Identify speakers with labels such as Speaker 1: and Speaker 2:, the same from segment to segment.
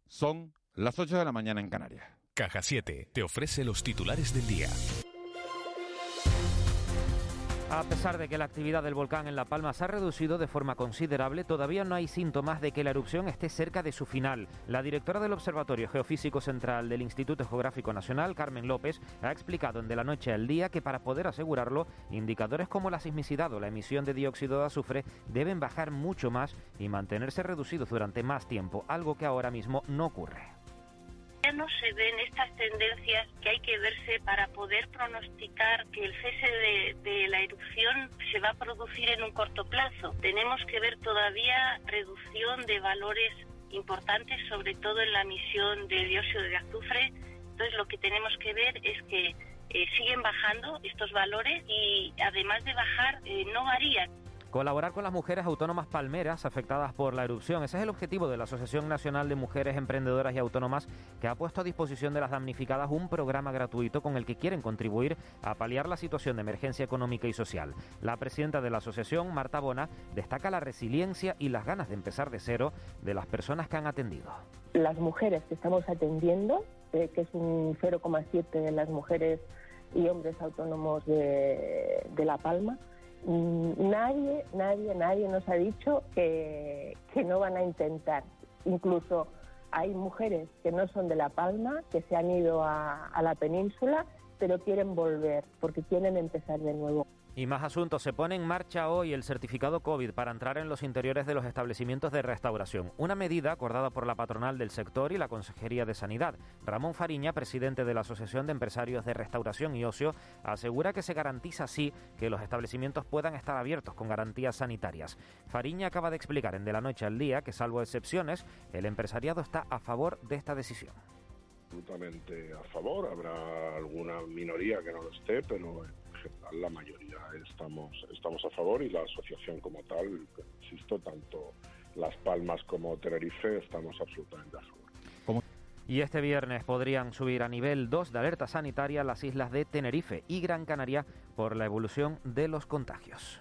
Speaker 1: Son las 8 de la mañana en Canarias.
Speaker 2: Caja 7 te ofrece los titulares del día.
Speaker 3: A pesar de que la actividad del volcán en La Palma se ha reducido de forma considerable, todavía no hay síntomas de que la erupción esté cerca de su final. La directora del Observatorio Geofísico Central del Instituto Geográfico Nacional, Carmen López, ha explicado en De la Noche al Día que para poder asegurarlo, indicadores como la sismicidad o la emisión de dióxido de azufre deben bajar mucho más y mantenerse reducidos durante más tiempo, algo que ahora mismo no ocurre.
Speaker 4: Ya no se ven estas tendencias que hay que verse para poder pronosticar que el cese de la erupción se va a producir en un corto plazo. Tenemos que ver todavía reducción de valores importantes, sobre todo en la emisión de dióxido de azufre. Entonces lo que tenemos que ver es que siguen bajando estos valores y además de bajar no varían.
Speaker 3: Colaborar con las mujeres autónomas palmeras afectadas por la erupción. Ese es el objetivo de la Asociación Nacional de Mujeres Emprendedoras y Autónomas, que ha puesto a disposición de las damnificadas un programa gratuito con el que quieren contribuir a paliar la situación de emergencia económica y social. La presidenta de la asociación, Marta Bona, destaca la resiliencia y las ganas de empezar de cero de las personas que han atendido.
Speaker 5: Las mujeres que estamos atendiendo, que es un 0,7 de las mujeres y hombres autónomos de La Palma, nadie nos ha dicho que no van a intentar. Incluso hay mujeres que no son de La Palma, que se han ido a la península, pero quieren volver porque quieren empezar de nuevo.
Speaker 3: Y más asuntos. Se pone en marcha hoy el certificado COVID para entrar en los interiores de los establecimientos de restauración. Una medida acordada por la patronal del sector y la Consejería de Sanidad. Ramón Fariña, presidente de la Asociación de Empresarios de Restauración y Ocio, asegura que se garantiza así que los establecimientos puedan estar abiertos con garantías sanitarias. Fariña acaba de explicar en De la Noche al Día que, salvo excepciones, el empresariado está a favor de esta decisión.
Speaker 6: Absolutamente a favor, habrá alguna minoría que no lo esté, pero en general la mayoría estamos a favor, y la asociación como tal, insisto, tanto Las Palmas como Tenerife estamos absolutamente a favor.
Speaker 3: Y este viernes podrían subir a nivel 2 de alerta sanitaria las islas de Tenerife y Gran Canaria por la evolución de los contagios.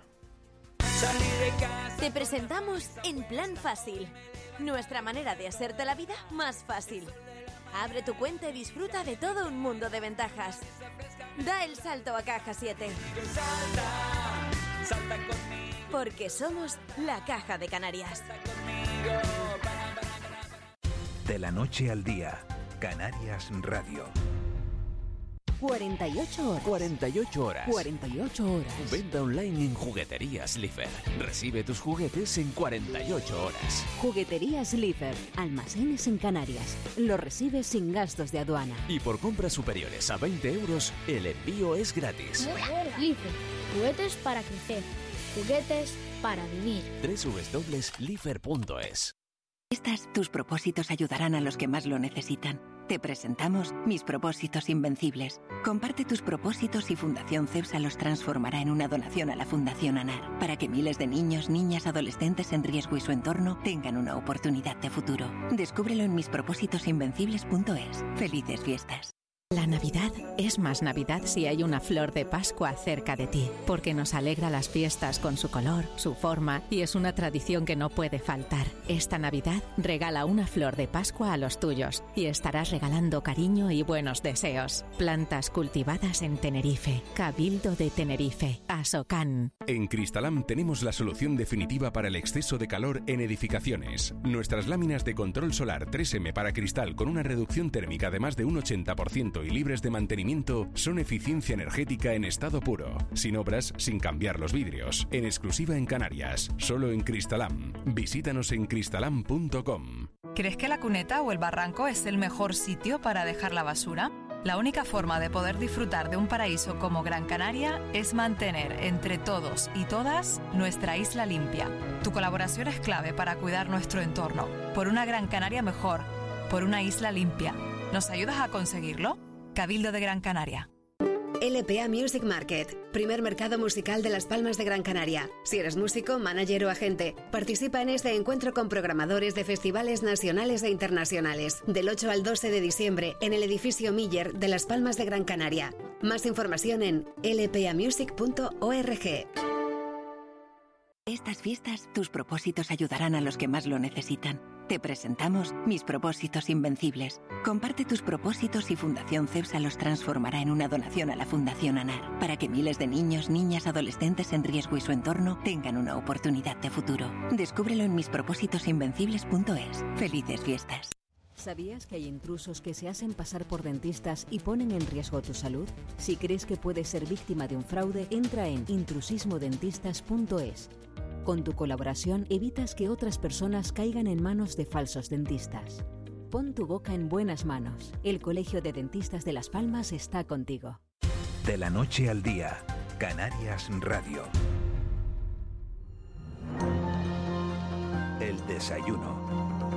Speaker 7: Te presentamos En Plan Fácil, nuestra manera de hacerte la vida más fácil. Abre tu cuenta y disfruta de todo un mundo de ventajas. Da el salto a Caja 7. Porque somos la Caja de Canarias.
Speaker 2: De la Noche al Día, Canarias Radio.
Speaker 8: 48 horas.
Speaker 2: 48 horas.
Speaker 8: 48 horas.
Speaker 2: Venta online en Jugueterías Lifer. Recibe tus juguetes en 48 horas.
Speaker 8: Jugueterías Lifer. Almacenes en Canarias. Lo recibes sin gastos de aduana.
Speaker 2: Y por compras superiores a 20 euros, el envío es gratis.
Speaker 9: Lifer. Juguetes para crecer. Juguetes para vivir.
Speaker 2: www.lifer.es.
Speaker 10: Tus propósitos ayudarán a los que más lo necesitan. Te presentamos Mis Propósitos Invencibles. Comparte tus propósitos y Fundación CEPSA los transformará en una donación a la Fundación ANAR, para que miles de niños, niñas, adolescentes en riesgo y su entorno tengan una oportunidad de futuro. Descúbrelo en mispropósitosinvencibles.es. Felices fiestas.
Speaker 11: La Navidad es más Navidad si hay una flor de Pascua cerca de ti, porque nos alegra las fiestas con su color, su forma, y es una tradición que no puede faltar. Esta Navidad regala una flor de Pascua a los tuyos y estarás regalando cariño y buenos deseos. Plantas cultivadas en Tenerife. Cabildo de Tenerife. Asocan.
Speaker 12: En Cristalam tenemos la solución definitiva para el exceso de calor en edificaciones. Nuestras láminas de control solar 3M para cristal con una reducción térmica de más de un 80% y libres de mantenimiento son eficiencia energética en estado puro, sin obras, sin cambiar los vidrios, en exclusiva en Canarias, solo en Cristalam. Visítanos en cristalam.com.
Speaker 13: ¿Crees que la cuneta o el barranco es el mejor sitio para dejar la basura? La única forma de poder disfrutar de un paraíso como Gran Canaria es mantener entre todos y todas nuestra isla limpia. Tu colaboración es clave para cuidar nuestro entorno, por una Gran Canaria mejor, por una isla limpia. ¿Nos ayudas a conseguirlo? Cabildo de Gran Canaria.
Speaker 14: LPA Music Market, primer mercado musical de Las Palmas de Gran Canaria. Si eres músico, manager o agente, participa en este encuentro con programadores de festivales nacionales e internacionales, del 8 al 12 de diciembre en el edificio Miller de Las Palmas de Gran Canaria. Más información en lpamusic.org.
Speaker 10: Estas fiestas, tus propósitos ayudarán a los que más lo necesitan. Te presentamos Mis Propósitos Invencibles. Comparte tus propósitos y Fundación CEPSA los transformará en una donación a la Fundación ANAR, para que miles de niños, niñas, adolescentes en riesgo y su entorno tengan una oportunidad de futuro. Descúbrelo en mispropósitosinvencibles.es. ¡Felices fiestas!
Speaker 8: ¿Sabías que hay intrusos que se hacen pasar por dentistas y ponen en riesgo tu salud? Si crees que puedes ser víctima de un fraude, entra en intrusismodentistas.es. Con tu colaboración evitas que otras personas caigan en manos de falsos dentistas. Pon tu boca en buenas manos. El Colegio de Dentistas de Las Palmas está contigo.
Speaker 15: De la noche al día, Canarias Radio. El desayuno.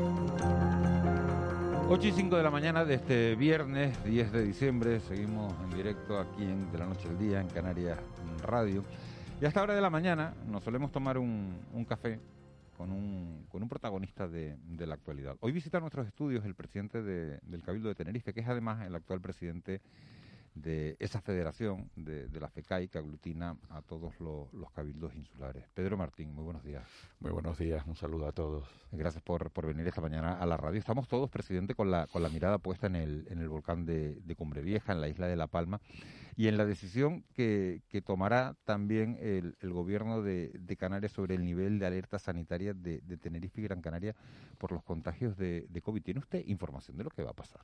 Speaker 1: 8:05 de la mañana de este viernes 10 de diciembre. Seguimos en directo aquí en De la noche al día en Canarias Radio. Y a esta hora de la mañana nos solemos tomar un café con un protagonista de la actualidad. Hoy visita nuestros estudios el presidente del Cabildo de Tenerife, que es además el actual presidente de esa federación de la FECAI que aglutina a todos los cabildos insulares. Pedro Martín, muy buenos días.
Speaker 16: Muy buenos días, un saludo a todos.
Speaker 1: Gracias por venir esta mañana a la radio. Estamos todos, presidente, con la mirada puesta en el volcán de Cumbre Vieja, en la isla de La Palma, y en la decisión que tomará también el gobierno de Canarias sobre el nivel de alerta sanitaria de Tenerife y Gran Canaria por los contagios de COVID. ¿Tiene usted información de lo que va a pasar?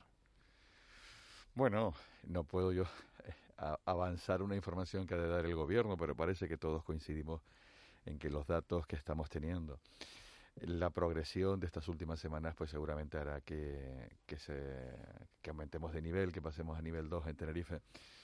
Speaker 16: Bueno, no puedo yo avanzar una información que ha de dar el gobierno, pero parece que todos coincidimos en que los datos que estamos teniendo, la progresión de estas últimas semanas, pues seguramente hará que aumentemos de nivel, que pasemos a nivel 2 en Tenerife.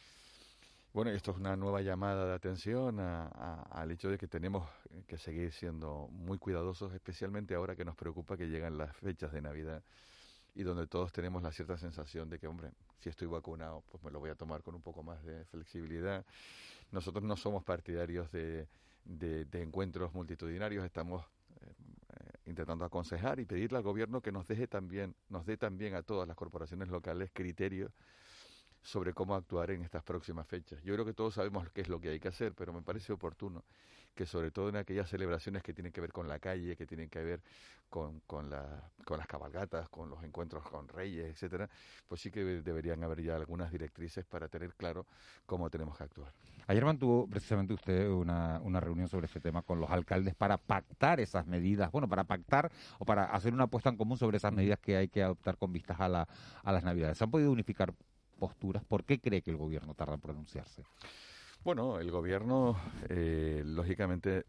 Speaker 16: Bueno, esto es una nueva llamada de atención al hecho de que tenemos que seguir siendo muy cuidadosos, especialmente ahora que nos preocupa que llegan las fechas de Navidad y donde todos tenemos la cierta sensación de que, hombre, si estoy vacunado, pues me lo voy a tomar con un poco más de flexibilidad. Nosotros no somos partidarios de encuentros multitudinarios, estamos intentando aconsejar y pedirle al gobierno que nos dé también a todas las corporaciones locales criterios sobre cómo actuar en estas próximas fechas. Yo creo que todos sabemos qué es lo que hay que hacer, pero me parece oportuno que sobre todo en aquellas celebraciones que tienen que ver con la calle, que tienen que ver con las cabalgatas, con los encuentros con reyes, etcétera, pues sí que deberían haber ya algunas directrices para tener claro cómo tenemos que actuar.
Speaker 1: Ayer mantuvo precisamente usted una reunión sobre este tema con los alcaldes para pactar esas medidas, bueno, para pactar o para hacer una apuesta en común sobre esas medidas que hay que adoptar con vistas a las Navidades. ¿Se han podido unificar posturas? ¿Por qué cree que el gobierno tarda en pronunciarse?
Speaker 16: Bueno, el gobierno, lógicamente,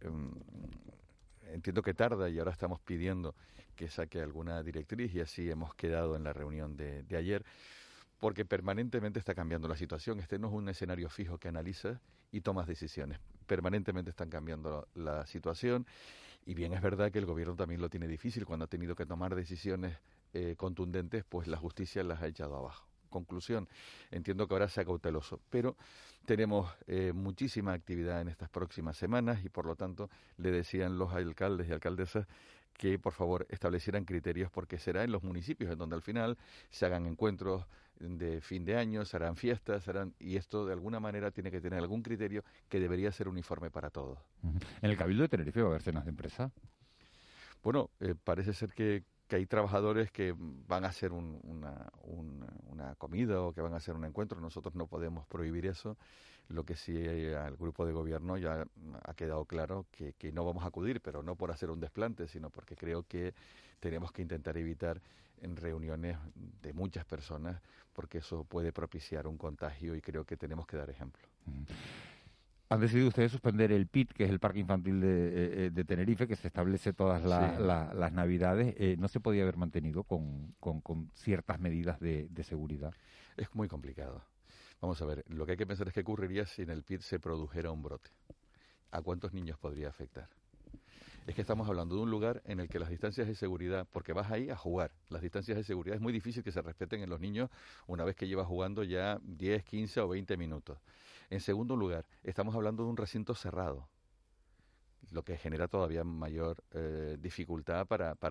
Speaker 16: entiendo que tarda y ahora estamos pidiendo que saque alguna directriz y así hemos quedado en la reunión de ayer, porque permanentemente está cambiando la situación. Este no es un escenario fijo que analizas y tomas decisiones. Permanentemente están cambiando la situación y bien es verdad que el gobierno también lo tiene difícil. Cuando ha tenido que tomar decisiones contundentes, pues la justicia las ha echado abajo. Conclusión, entiendo que ahora sea cauteloso, pero tenemos muchísima actividad en estas próximas semanas y por lo tanto le decían los alcaldes y alcaldesas que por favor establecieran criterios porque será en los municipios en donde al final se hagan encuentros de fin de año, se harán fiestas, y esto de alguna manera tiene que tener algún criterio que debería ser uniforme para todos.
Speaker 1: ¿En el Cabildo de Tenerife va a haber cenas de empresa?
Speaker 16: Bueno, parece ser que hay trabajadores que van a hacer una comida o que van a hacer un encuentro. Nosotros no podemos prohibir eso. Lo que sí al grupo de gobierno ya ha quedado claro que no vamos a acudir, pero no por hacer un desplante, sino porque creo que tenemos que intentar evitar en reuniones de muchas personas, porque eso puede propiciar un contagio y creo que tenemos que dar ejemplo.
Speaker 1: Han decidido ustedes suspender el PIT, que es el Parque Infantil de Tenerife, que se establece todas las Navidades. ¿No se podía haber mantenido con ciertas medidas de seguridad?
Speaker 16: Es muy complicado. Vamos a ver, lo que hay que pensar es qué ocurriría si en el PIT se produjera un brote. ¿A cuántos niños podría afectar? Es que estamos hablando de un lugar en el que las distancias de seguridad, porque vas ahí a jugar, las distancias de seguridad es muy difícil que se respeten en los niños una vez que llevas jugando ya 10, 15 o 20 minutos. En segundo lugar, estamos hablando de un recinto cerrado, lo que genera todavía mayor dificultad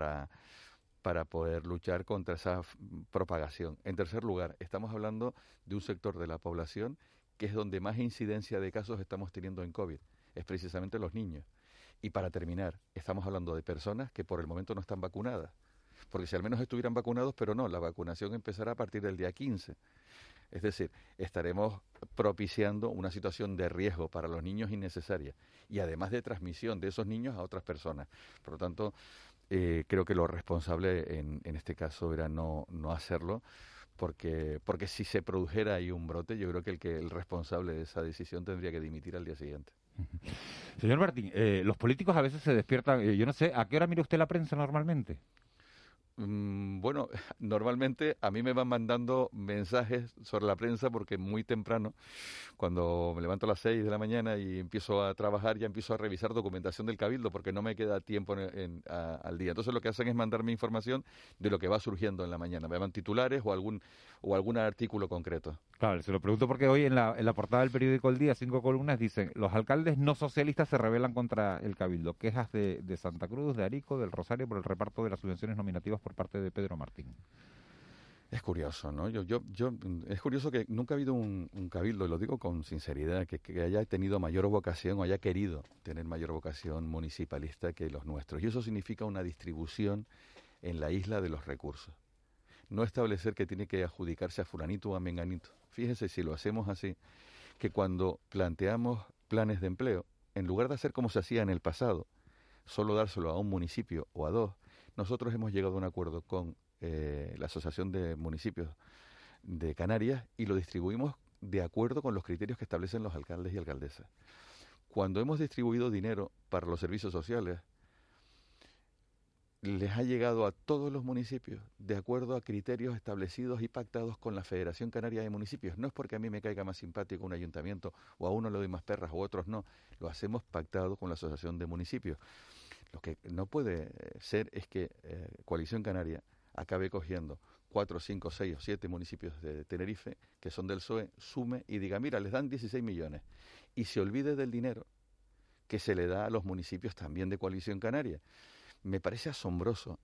Speaker 16: para poder luchar contra esa propagación. En tercer lugar, estamos hablando de un sector de la población que es donde más incidencia de casos estamos teniendo en COVID, es precisamente los niños. Y para terminar, estamos hablando de personas que por el momento no están vacunadas. Porque si al menos estuvieran vacunados, pero no, la vacunación empezará a partir del día 15. Es decir, estaremos propiciando una situación de riesgo para los niños innecesaria y además de transmisión de esos niños a otras personas. Por lo tanto, creo que lo responsable en este caso era no hacerlo, porque si se produjera ahí un brote, yo creo que el responsable de esa decisión tendría que dimitir al día siguiente.
Speaker 1: Señor Martín, los políticos a veces se despiertan, yo no sé, ¿a qué hora mira usted la prensa normalmente?
Speaker 16: Bueno, normalmente a mí me van mandando mensajes sobre la prensa porque muy temprano, cuando me levanto a las 6 de la mañana y empiezo a trabajar, ya empiezo a revisar documentación del Cabildo porque no me queda tiempo al día. Entonces lo que hacen es mandarme información de lo que va surgiendo en la mañana. Me dan titulares o algún artículo concreto.
Speaker 1: Claro, se lo pregunto porque hoy en la portada del periódico El Día, 5 columnas, dicen: los alcaldes no socialistas se rebelan contra el Cabildo. Quejas de Santa Cruz, de Arico, del Rosario por el reparto de las subvenciones nominativas por parte de Pedro Martín.
Speaker 16: Es curioso, ¿no? Es curioso que nunca ha habido un cabildo, y lo digo con sinceridad, que haya tenido mayor vocación o haya querido tener mayor vocación municipalista que los nuestros. Y eso significa una distribución en la isla de los recursos. No establecer que tiene que adjudicarse a fulanito o a menganito. Fíjese, si lo hacemos así, que cuando planteamos planes de empleo, en lugar de hacer como se hacía en el pasado, solo dárselo a un municipio o a dos, nosotros hemos llegado a un acuerdo con la Asociación de Municipios de Canarias y lo distribuimos de acuerdo con los criterios que establecen los alcaldes y alcaldesas. Cuando hemos distribuido dinero para los servicios sociales, les ha llegado a todos los municipios de acuerdo a criterios establecidos y pactados con la Federación Canaria de Municipios. No es porque a mí me caiga más simpático un ayuntamiento o a uno le doy más perras o a otros no. Lo hacemos pactado con la Asociación de Municipios. Lo que no puede ser es que Coalición Canaria acabe cogiendo 4, 5, 6 o 7 municipios de Tenerife, que son del PSOE, sume y diga, mira, les dan 16 millones, y se olvide del dinero que se le da a los municipios también de Coalición Canaria. Me parece asombroso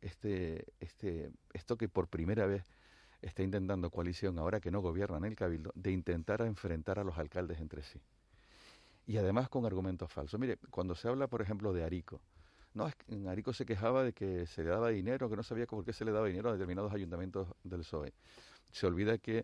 Speaker 16: esto que por primera vez está intentando Coalición, ahora que no gobiernan el Cabildo, de intentar enfrentar a los alcaldes entre sí. Y además con argumentos falsos. Mire, cuando se habla, por ejemplo, de Arico, no, es que en Arico se quejaba de que se le daba dinero, que no sabía por qué se le daba dinero a determinados ayuntamientos del PSOE. Se olvida que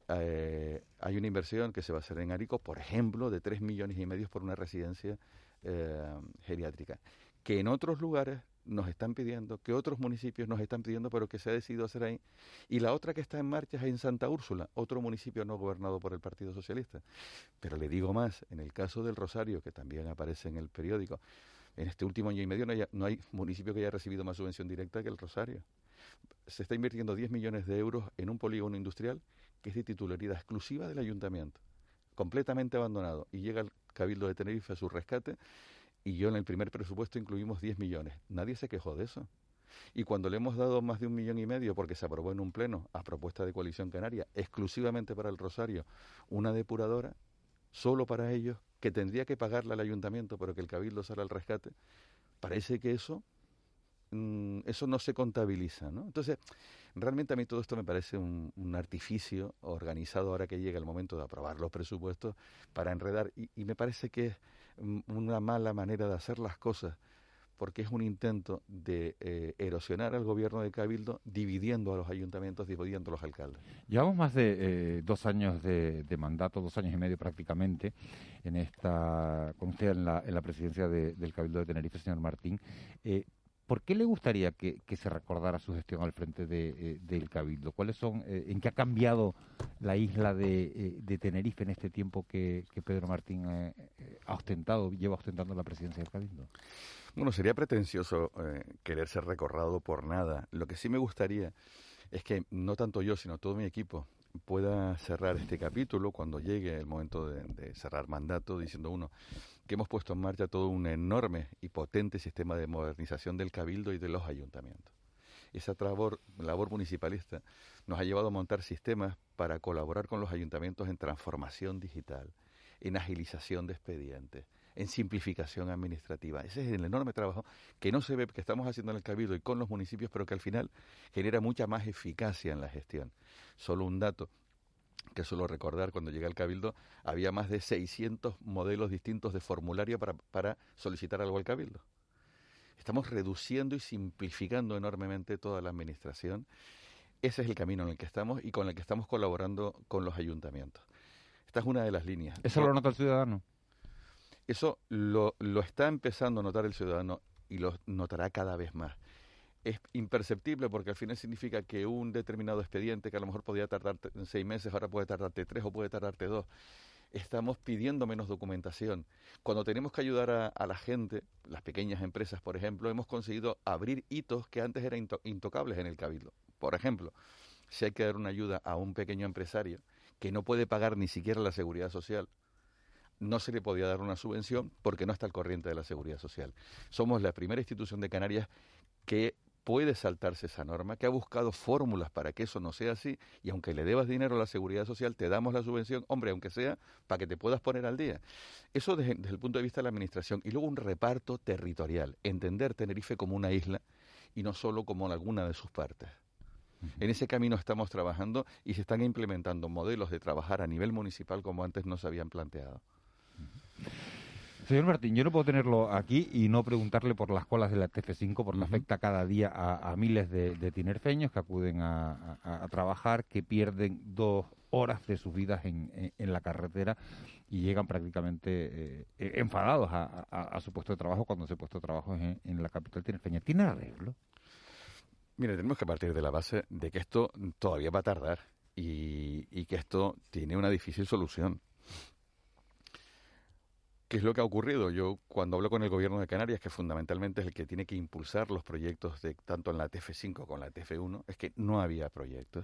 Speaker 16: hay una inversión que se va a hacer en Arico, por ejemplo, de 3,5 millones por una residencia geriátrica, que en otros lugares nos están pidiendo, que otros municipios nos están pidiendo, pero que se ha decidido hacer ahí. Y la otra que está en marcha es en Santa Úrsula, otro municipio no gobernado por el Partido Socialista. Pero le digo más, en el caso del Rosario, que también aparece en el periódico, en este último año y medio no hay municipio que haya recibido más subvención directa que el Rosario. Se está invirtiendo 10 millones de euros en un polígono industrial que es de titularidad exclusiva del ayuntamiento, completamente abandonado, y llega el Cabildo de Tenerife a su rescate, y yo en el primer presupuesto incluimos 10 millones. Nadie se quejó de eso. Y cuando le hemos dado más de 1,5 millones, porque se aprobó en un pleno, a propuesta de Coalición Canaria, exclusivamente para el Rosario, una depuradora, solo para ellos, que tendría que pagarle al ayuntamiento, pero que el Cabildo sale al rescate, parece que eso no se contabiliza, ¿no? Entonces, realmente a mí todo esto me parece un artificio organizado ahora que llega el momento de aprobar los presupuestos para enredar, y me parece que es una mala manera de hacer las cosas, porque es un intento de erosionar al gobierno de Cabildo, dividiendo a los ayuntamientos, dividiendo a los alcaldes.
Speaker 1: Llevamos más de 2 años de mandato, 2 años y medio prácticamente, con usted en la presidencia del Cabildo de Tenerife, señor Martín. ¿Por qué le gustaría que se recordara su gestión al frente del Cabildo? ¿Cuáles son, en qué ha cambiado la isla de Tenerife en este tiempo que Pedro Martín lleva ostentando la presidencia del Cabildo?
Speaker 16: Bueno, sería pretencioso querer ser recordado por nada. Lo que sí me gustaría es que no tanto yo, sino todo mi equipo pueda cerrar este capítulo cuando llegue el momento de cerrar mandato, diciendo uno que hemos puesto en marcha todo un enorme y potente sistema de modernización del Cabildo y de los ayuntamientos. Esa labor municipalista nos ha llevado a montar sistemas para colaborar con los ayuntamientos en transformación digital, en agilización de expedientes, en simplificación administrativa. Ese es el enorme trabajo que no se ve, que estamos haciendo en el Cabildo y con los municipios, pero que al final genera mucha más eficacia en la gestión. Solo un dato que suelo recordar: cuando llegué al Cabildo había más de 600 modelos distintos de formulario para solicitar algo al Cabildo. Estamos reduciendo y simplificando enormemente toda la administración. Ese es el camino en el que estamos y con el que estamos colaborando con los ayuntamientos. Esta es una de las líneas.
Speaker 1: ¿Eso lo nota el ciudadano?
Speaker 16: Eso lo está empezando a notar el ciudadano y lo notará cada vez más. Es imperceptible porque al final significa que un determinado expediente que a lo mejor podía tardarte 6 meses, ahora puede tardarte 3 o puede tardarte 2. Estamos pidiendo menos documentación. Cuando tenemos que ayudar a la gente, las pequeñas empresas, por ejemplo, hemos conseguido abrir hitos que antes eran intocables en el Cabildo. Por ejemplo, si hay que dar una ayuda a un pequeño empresario que no puede pagar ni siquiera la seguridad social, no se le podía dar una subvención porque no está al corriente de la seguridad social. Somos la primera institución de Canarias que puede saltarse esa norma, que ha buscado fórmulas para que eso no sea así, y aunque le debas dinero a la seguridad social, te damos la subvención, hombre, aunque sea, para que te puedas poner al día. Eso desde el punto de vista de la administración. Y luego un reparto territorial, entender Tenerife como una isla y no solo como alguna de sus partes. En ese camino estamos trabajando y se están implementando modelos de trabajar a nivel municipal como antes no se habían planteado.
Speaker 1: Señor Martín, yo no puedo tenerlo aquí y no preguntarle por las colas de la TF5, porque afecta cada día a miles de tinerfeños que acuden a trabajar, que pierden 2 horas de sus vidas en la carretera y llegan prácticamente enfadados a su puesto de trabajo cuando ese puesto de trabajo es en la capital tinerfeña. ¿Tiene arreglo?
Speaker 16: Mire, tenemos que partir de la base de que esto todavía va a tardar y que esto tiene una difícil solución. ¿Qué es lo que ha ocurrido? Yo, cuando hablo con el Gobierno de Canarias, que fundamentalmente es el que tiene que impulsar los proyectos tanto en la TF5 como en la TF1, es que no había proyectos.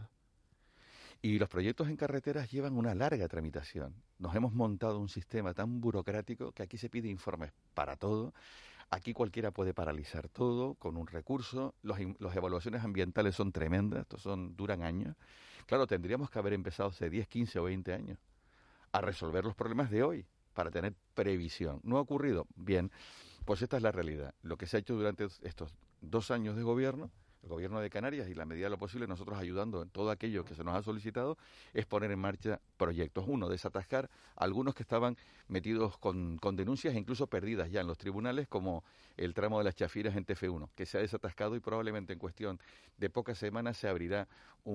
Speaker 16: Y los proyectos en carreteras llevan una larga tramitación. Nos hemos montado un sistema tan burocrático que aquí se pide informes para todo. Aquí cualquiera puede paralizar todo con un recurso. Las evaluaciones ambientales son tremendas, duran años. Claro, tendríamos que haber empezado hace 10, 15 o 20 años a resolver los problemas de hoy, para tener previsión. ¿No ha ocurrido? Bien, pues esta es la realidad. Lo que se ha hecho durante estos 2 años de gobierno, el Gobierno de Canarias, y la medida de lo posible, nosotros ayudando en todo aquello que se nos ha solicitado, es poner en marcha proyectos. Uno, desatascar a algunos que estaban metidos con denuncias e incluso perdidas ya en los tribunales, como el tramo de las Chafiras en TF1, que se ha desatascado y probablemente en cuestión de pocas semanas se abrirá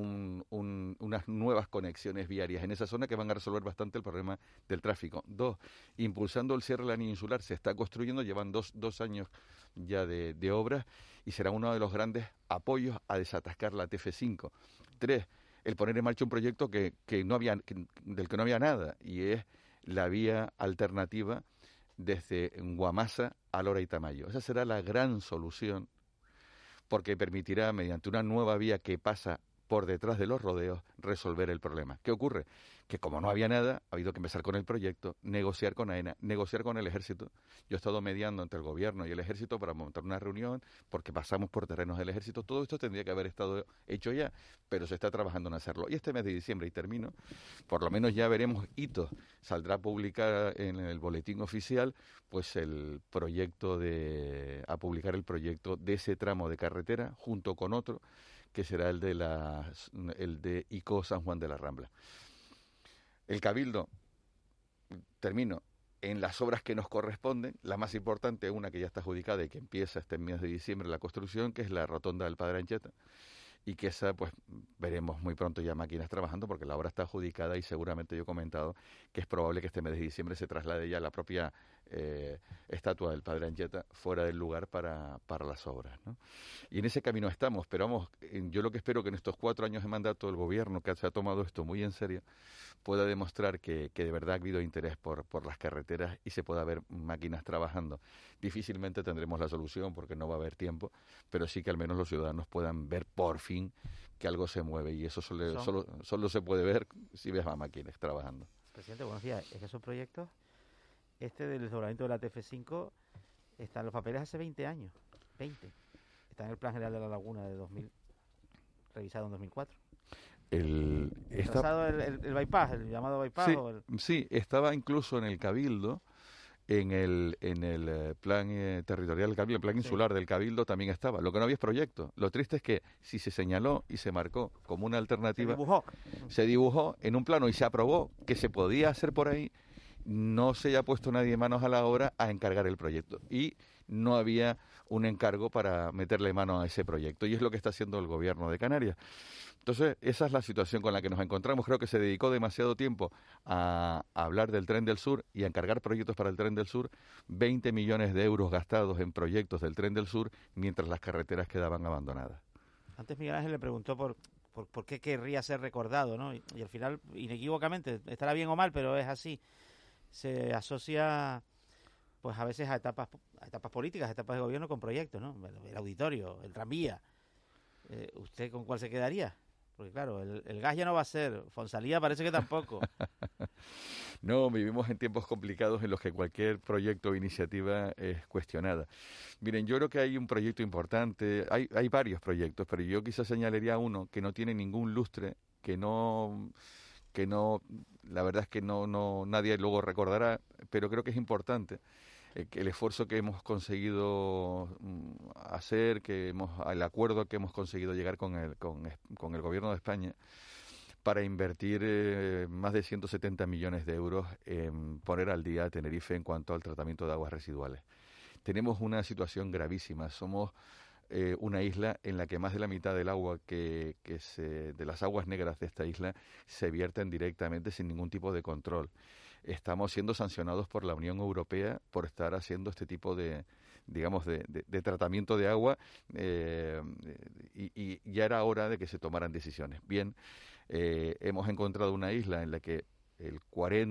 Speaker 16: unas nuevas conexiones viarias en esa zona que van a resolver bastante el problema del tráfico. 2, impulsando el cierre de la línea insular. Se está construyendo, llevan dos años ya de obras y será uno de los grandes apoyos a desatascar la TF5. 3, el poner en marcha un proyecto del que no había nada, y es la vía alternativa desde Guamasa a Lora y Tamayo. Esa será la gran solución, porque permitirá, mediante una nueva vía que pasa por detrás de los rodeos, resolver el problema. ¿Qué ocurre? Que como no había nada, ha habido que empezar con el proyecto, negociar con AENA, negociar con el Ejército. Yo he estado mediando entre el Gobierno y el Ejército para montar una reunión, porque pasamos por terrenos del Ejército. Todo esto tendría que haber estado hecho ya, pero se está trabajando en hacerlo. Y este mes de diciembre, y termino, por lo menos ya veremos hitos. Saldrá publicada en el boletín oficial pues el proyecto a publicar el proyecto de ese tramo de carretera, junto con otro, que será el de ICO San Juan de la Rambla. El Cabildo, termino, en las obras que nos corresponden, la más importante, una que ya está adjudicada y que empieza este mes de diciembre la construcción, que es la rotonda del Padre Anchieta, y que esa, pues, veremos muy pronto ya máquinas trabajando, porque la obra está adjudicada y seguramente yo he comentado que es probable que este mes de diciembre se traslade ya la propia estatua del Padre Anchieta fuera del lugar para las obras, ¿no? Y en ese camino estamos, pero vamos, yo lo que espero que en estos 4 años de mandato del Gobierno, que se ha tomado esto muy en serio, pueda demostrar que de verdad ha habido interés por las carreteras y se pueda ver máquinas trabajando. Difícilmente tendremos la solución porque no va a haber tiempo, pero sí que al menos los ciudadanos puedan ver por fin que algo se mueve, y eso solo se puede ver si ves a máquinas trabajando.
Speaker 3: Presidente, buenos días. Es que esos proyectos, del desdoblamiento de la TF5, está en los papeles hace 20 años. 20. Está en el Plan General de la Laguna de 2000, revisado en 2004. El bypass, el llamado bypass.
Speaker 16: Sí, sí, estaba incluso en el Cabildo, en el plan territorial del Cabildo, el plan insular del Cabildo también estaba. Lo que no había es proyecto. Lo triste es que si se señaló y se marcó como una alternativa, se dibujó en un plano y se aprobó que se podía hacer por ahí, no se haya puesto nadie manos a la obra a encargar el proyecto. Y no había un encargo para meterle mano a ese proyecto, y es lo que está haciendo el gobierno de Canarias. Entonces, esa es la situación con la que nos encontramos. Creo que se dedicó demasiado tiempo a hablar del Tren del Sur y a encargar proyectos para el Tren del Sur, 20 millones de euros gastados en proyectos del Tren del Sur, mientras las carreteras quedaban abandonadas.
Speaker 17: Antes Miguel Ángel le preguntó por qué querría ser recordado, ¿no? Y al final, inequívocamente, estará bien o mal, pero es así. Se asocia, pues a veces a etapas políticas, a etapas de gobierno con proyectos, ¿no? El auditorio, el tranvía. ¿Usted con cuál se quedaría? Porque claro, el gas ya no va a ser, Fonsalía parece que tampoco.
Speaker 16: No, vivimos en tiempos complicados en los que cualquier proyecto o iniciativa es cuestionada. Miren, yo creo que hay un proyecto importante, hay varios proyectos, pero yo quizás señalaría uno que no tiene ningún lustre, que no, la verdad es que no nadie luego recordará, pero creo que es importante. El esfuerzo que hemos conseguido hacer, el acuerdo que hemos conseguido llegar con el gobierno de España para invertir más de 170 millones de euros en poner al día a Tenerife en cuanto al tratamiento de aguas residuales. Tenemos una situación gravísima. Somos una isla en la que más de la mitad del agua de las aguas negras de esta isla se vierten directamente sin ningún tipo de control. Estamos siendo sancionados por la Unión Europea por estar haciendo este tipo de tratamiento de agua y ya era hora de que se tomaran decisiones. Bien, hemos encontrado una isla en la que el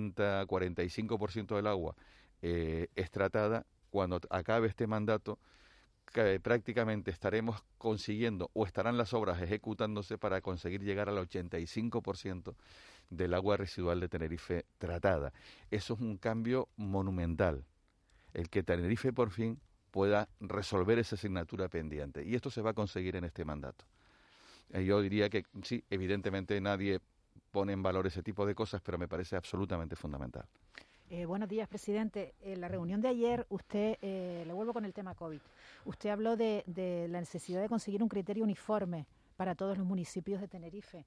Speaker 16: 40-45% del agua es tratada. Cuando acabe este mandato, prácticamente estaremos consiguiendo o estarán las obras ejecutándose para conseguir llegar al 85% del agua residual de Tenerife tratada. Eso es un cambio monumental, el que Tenerife por fin pueda resolver esa asignatura pendiente, y esto se va a conseguir en este mandato. Yo diría que sí, evidentemente nadie pone en valor ese tipo de cosas, pero me parece absolutamente fundamental.
Speaker 18: Buenos días, presidente. En la reunión de ayer, usted, le vuelvo con el tema COVID, usted habló de la necesidad de conseguir un criterio uniforme para todos los municipios de Tenerife.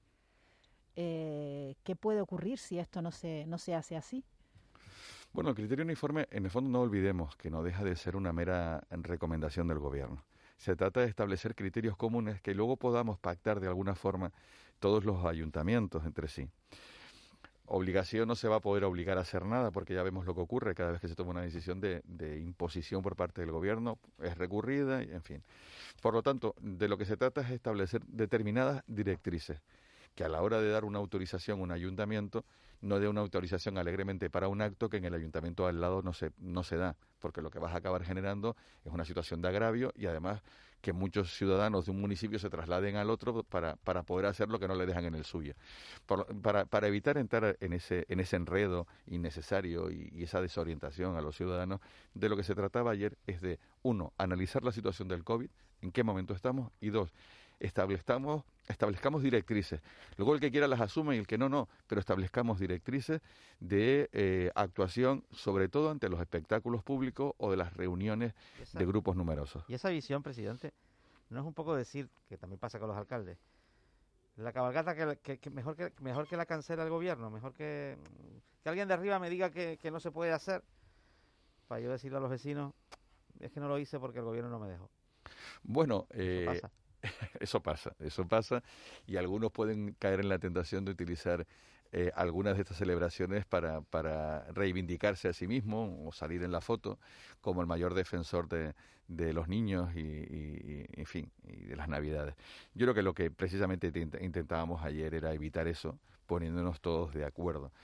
Speaker 18: ¿Qué puede ocurrir si esto no se hace así?
Speaker 16: Bueno, el criterio uniforme, en el fondo no olvidemos que no deja de ser una mera recomendación del gobierno. Se trata de establecer criterios comunes que luego podamos pactar de alguna forma todos los ayuntamientos entre sí. Obligación no se va a poder obligar a hacer nada, porque ya vemos lo que ocurre cada vez que se toma una decisión de imposición por parte del gobierno, es recurrida, y en fin. Por lo tanto, de lo que se trata es establecer determinadas directrices, que a la hora de dar una autorización a un ayuntamiento, no dé una autorización alegremente para un acto que en el ayuntamiento al lado no se da, porque lo que vas a acabar generando es una situación de agravio, y además que muchos ciudadanos de un municipio se trasladen al otro para poder hacer lo que no le dejan en el suyo. Para evitar entrar en ese enredo innecesario y esa desorientación a los ciudadanos, de lo que se trataba ayer es de, 1, analizar la situación del COVID, en qué momento estamos, y 2, establezcamos directrices. Luego el que quiera las asume y el que no, pero establezcamos directrices de actuación, sobre todo ante los espectáculos públicos o de las reuniones de grupos numerosos.
Speaker 17: Y esa visión, presidente, ¿no es un poco decir, que también pasa con los alcaldes, la cabalgata que mejor que la cancela el gobierno, mejor que alguien de arriba me diga que no se puede hacer, para yo decirle a los vecinos, es que no lo hice porque el gobierno no me dejó?
Speaker 16: Bueno, Eso pasa, y algunos pueden caer en la tentación de utilizar algunas de estas celebraciones para reivindicarse a sí mismo o salir en la foto como el mayor defensor de los niños y en fin, y de las Navidades. Yo creo que lo que precisamente intentábamos ayer era evitar eso, poniéndonos todos de acuerdo.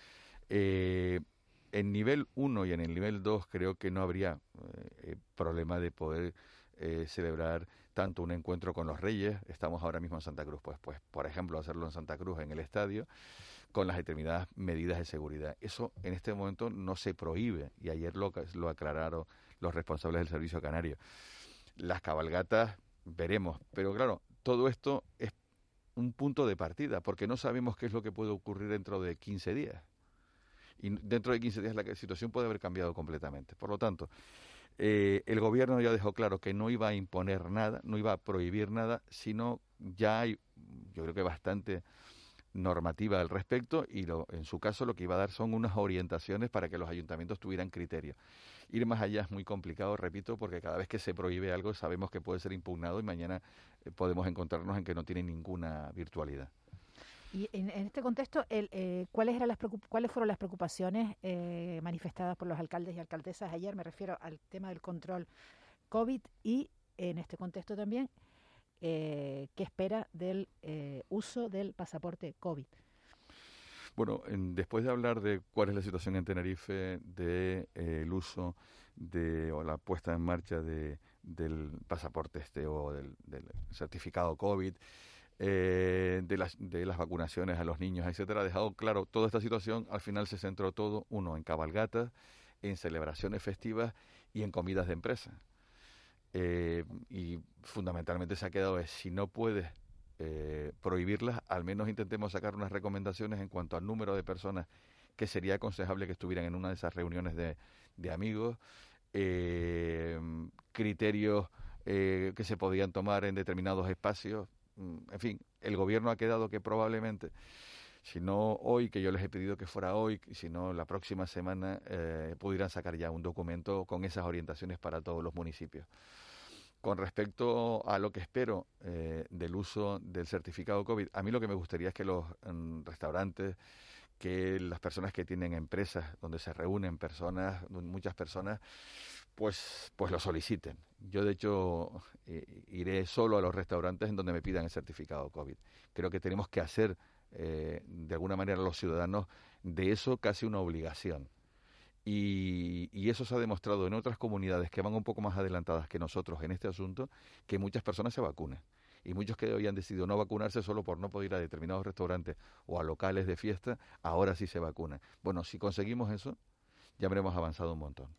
Speaker 16: En nivel 1 y en el nivel 2 creo que no habría problema de poder celebrar tanto un encuentro con los Reyes. Estamos ahora mismo en Santa Cruz, pues por ejemplo hacerlo en Santa Cruz en el estadio con las determinadas medidas de seguridad. Eso en este momento no se prohíbe, y ayer lo aclararon los responsables del Servicio Canario. Las cabalgatas veremos, pero claro, todo esto es un punto de partida, porque no sabemos qué es lo que puede ocurrir dentro de 15 días. Y dentro de 15 días la situación puede haber cambiado completamente. Por lo tanto, el gobierno ya dejó claro que no iba a imponer nada, no iba a prohibir nada, sino ya hay, yo creo que bastante normativa al respecto y en su caso lo que iba a dar son unas orientaciones para que los ayuntamientos tuvieran criterio. Ir más allá es muy complicado, repito, porque cada vez que se prohíbe algo sabemos que puede ser impugnado y mañana podemos encontrarnos en que no tiene ninguna virtualidad.
Speaker 18: Y en este contexto, ¿cuáles fueron las preocupaciones manifestadas por los alcaldes y alcaldesas ayer? Me refiero al tema del control COVID y en este contexto también, ¿qué espera del uso del pasaporte COVID?
Speaker 16: Bueno, después de hablar de cuál es la situación en Tenerife, el uso o la puesta en marcha del pasaporte o del certificado COVID, de las vacunaciones a los niños, etcétera, ha dejado claro toda esta situación. Al final se centró todo, uno, en cabalgatas, en celebraciones festivas y en comidas de empresa. Y fundamentalmente se ha quedado si no puedes prohibirlas, al menos intentemos sacar unas recomendaciones en cuanto al número de personas que sería aconsejable que estuvieran en una de esas reuniones de amigos, criterios que se podían tomar en determinados espacios. En fin, el gobierno ha quedado que probablemente, si no hoy, que yo les he pedido que fuera hoy, si no la próxima semana, pudieran sacar ya un documento con esas orientaciones para todos los municipios. Con respecto a lo que espero del uso del certificado COVID, a mí lo que me gustaría es que los restaurantes, que las personas que tienen empresas donde se reúnen muchas personas, pues lo soliciten. Yo, de hecho, iré solo a los restaurantes en donde me pidan el certificado COVID. Creo que tenemos que hacer, de alguna manera, a los ciudadanos de eso casi una obligación. Y eso se ha demostrado en otras comunidades que van un poco más adelantadas que nosotros en este asunto, que muchas personas se vacunan. Y muchos que habían decidido no vacunarse solo por no poder ir a determinados restaurantes o a locales de fiesta, ahora sí se vacunan. Bueno, si conseguimos eso, ya habremos avanzado un montón.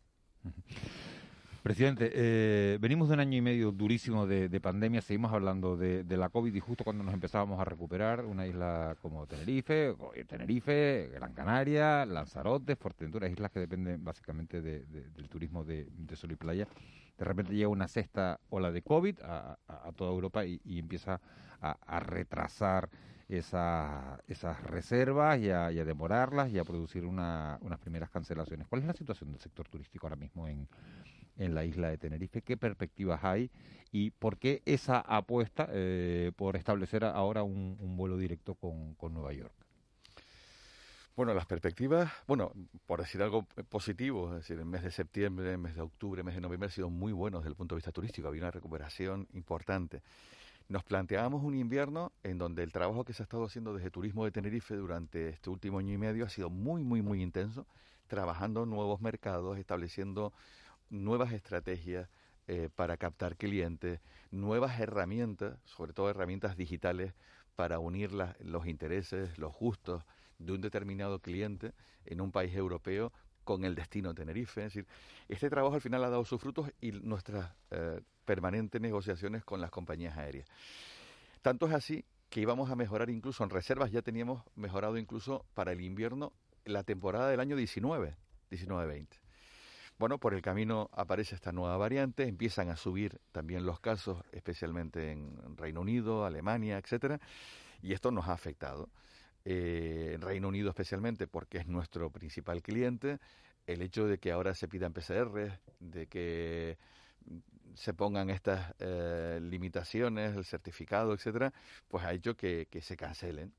Speaker 1: Presidente, venimos de un año y medio durísimo de pandemia, seguimos hablando de la COVID y justo cuando nos empezábamos a recuperar, una isla como Tenerife, Gran Canaria, Lanzarote, Fuerteventura, islas que dependen básicamente del turismo de sol y playa, de repente llega una sexta ola de COVID a toda Europa y empieza a retrasar esas reservas y a demorarlas y a producir unas primeras cancelaciones. ¿Cuál es la situación del sector turístico ahora mismo en la isla de Tenerife? ¿Qué perspectivas hay? ¿Y por qué esa apuesta por establecer ahora un vuelo directo con Nueva York?
Speaker 16: Bueno, las perspectivas, por decir algo positivo, es decir, el mes de septiembre, el mes de octubre, el mes de noviembre han sido muy buenos desde el punto de vista turístico. Había una recuperación importante. Nos planteábamos un invierno en donde el trabajo que se ha estado haciendo desde Turismo de Tenerife durante este último año y medio ha sido muy, muy, muy intenso, trabajando nuevos mercados, estableciendo nuevas estrategias para captar clientes, nuevas herramientas, sobre todo herramientas digitales, para unir los intereses, los gustos de un determinado cliente en un país europeo con el destino Tenerife. Es decir, este trabajo al final ha dado sus frutos y nuestras permanentes negociaciones con las compañías aéreas. Tanto es así que íbamos a mejorar incluso en reservas, ya teníamos mejorado incluso para el invierno la temporada del año 19-20. Bueno, por el camino aparece esta nueva variante, empiezan a subir también los casos, especialmente en Reino Unido, Alemania, etcétera, y esto nos ha afectado. En Reino Unido especialmente porque es nuestro principal cliente, el hecho de que ahora se pidan PCR, de que se pongan estas limitaciones, el certificado, etcétera, pues ha hecho que se cancelen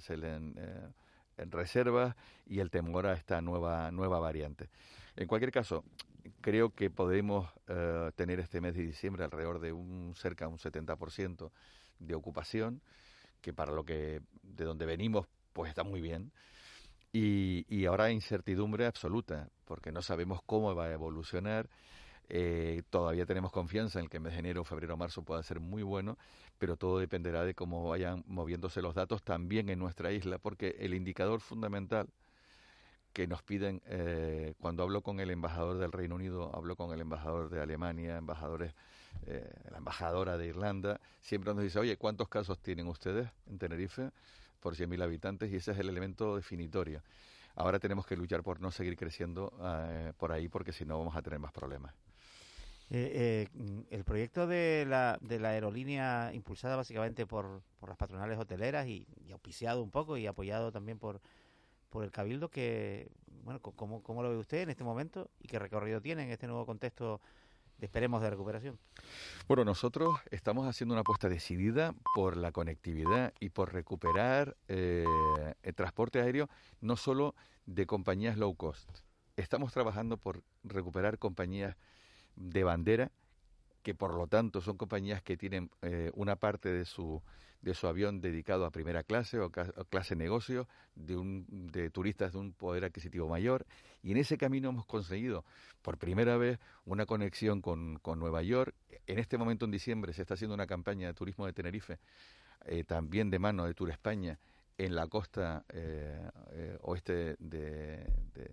Speaker 16: en reservas y el temor a esta nueva variante. En cualquier caso, creo que podemos tener este mes de diciembre alrededor de cerca de un 70% de ocupación, que para de donde venimos pues está muy bien, y ahora hay incertidumbre absoluta porque no sabemos cómo va a evolucionar. Todavía tenemos confianza en que el mes de enero, febrero, marzo pueda ser muy bueno, pero todo dependerá de cómo vayan moviéndose los datos también en nuestra isla, porque el indicador fundamental que nos piden, cuando hablo con el embajador del Reino Unido, hablo con el embajador de Alemania, la embajadora de Irlanda, siempre nos dice, oye, ¿cuántos casos tienen ustedes en Tenerife por 100.000 habitantes? Y ese es el elemento definitorio. Ahora tenemos que luchar por no seguir creciendo por ahí, porque si no vamos a tener más problemas.
Speaker 17: El proyecto de la aerolínea, impulsada básicamente por las patronales hoteleras y auspiciado un poco y apoyado también por el Cabildo, que bueno, ¿cómo lo ve usted en este momento y qué recorrido tiene en este nuevo contexto esperemos de recuperación?
Speaker 16: Bueno, nosotros estamos haciendo una apuesta decidida por la conectividad y por recuperar el transporte aéreo, no solo de compañías low cost. Estamos trabajando por recuperar compañías de bandera, que por lo tanto son compañías que tienen una parte de su avión dedicado a primera clase o clase negocio, de turistas de un poder adquisitivo mayor, y en ese camino hemos conseguido por primera vez una conexión con Nueva York. En este momento, en diciembre, se está haciendo una campaña de turismo de Tenerife, también de mano de Tour España, en la costa oeste de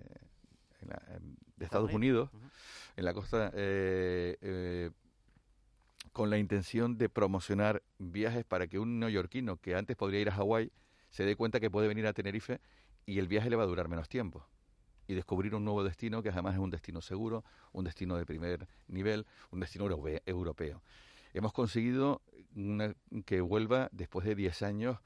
Speaker 16: Estados Unidos, en la costa, con la intención de promocionar viajes para que un neoyorquino que antes podría ir a Hawái se dé cuenta que puede venir a Tenerife y el viaje le va a durar menos tiempo, y descubrir un nuevo destino que además es un destino seguro, un destino de primer nivel, un destino europeo. Hemos conseguido que vuelva después de 10 años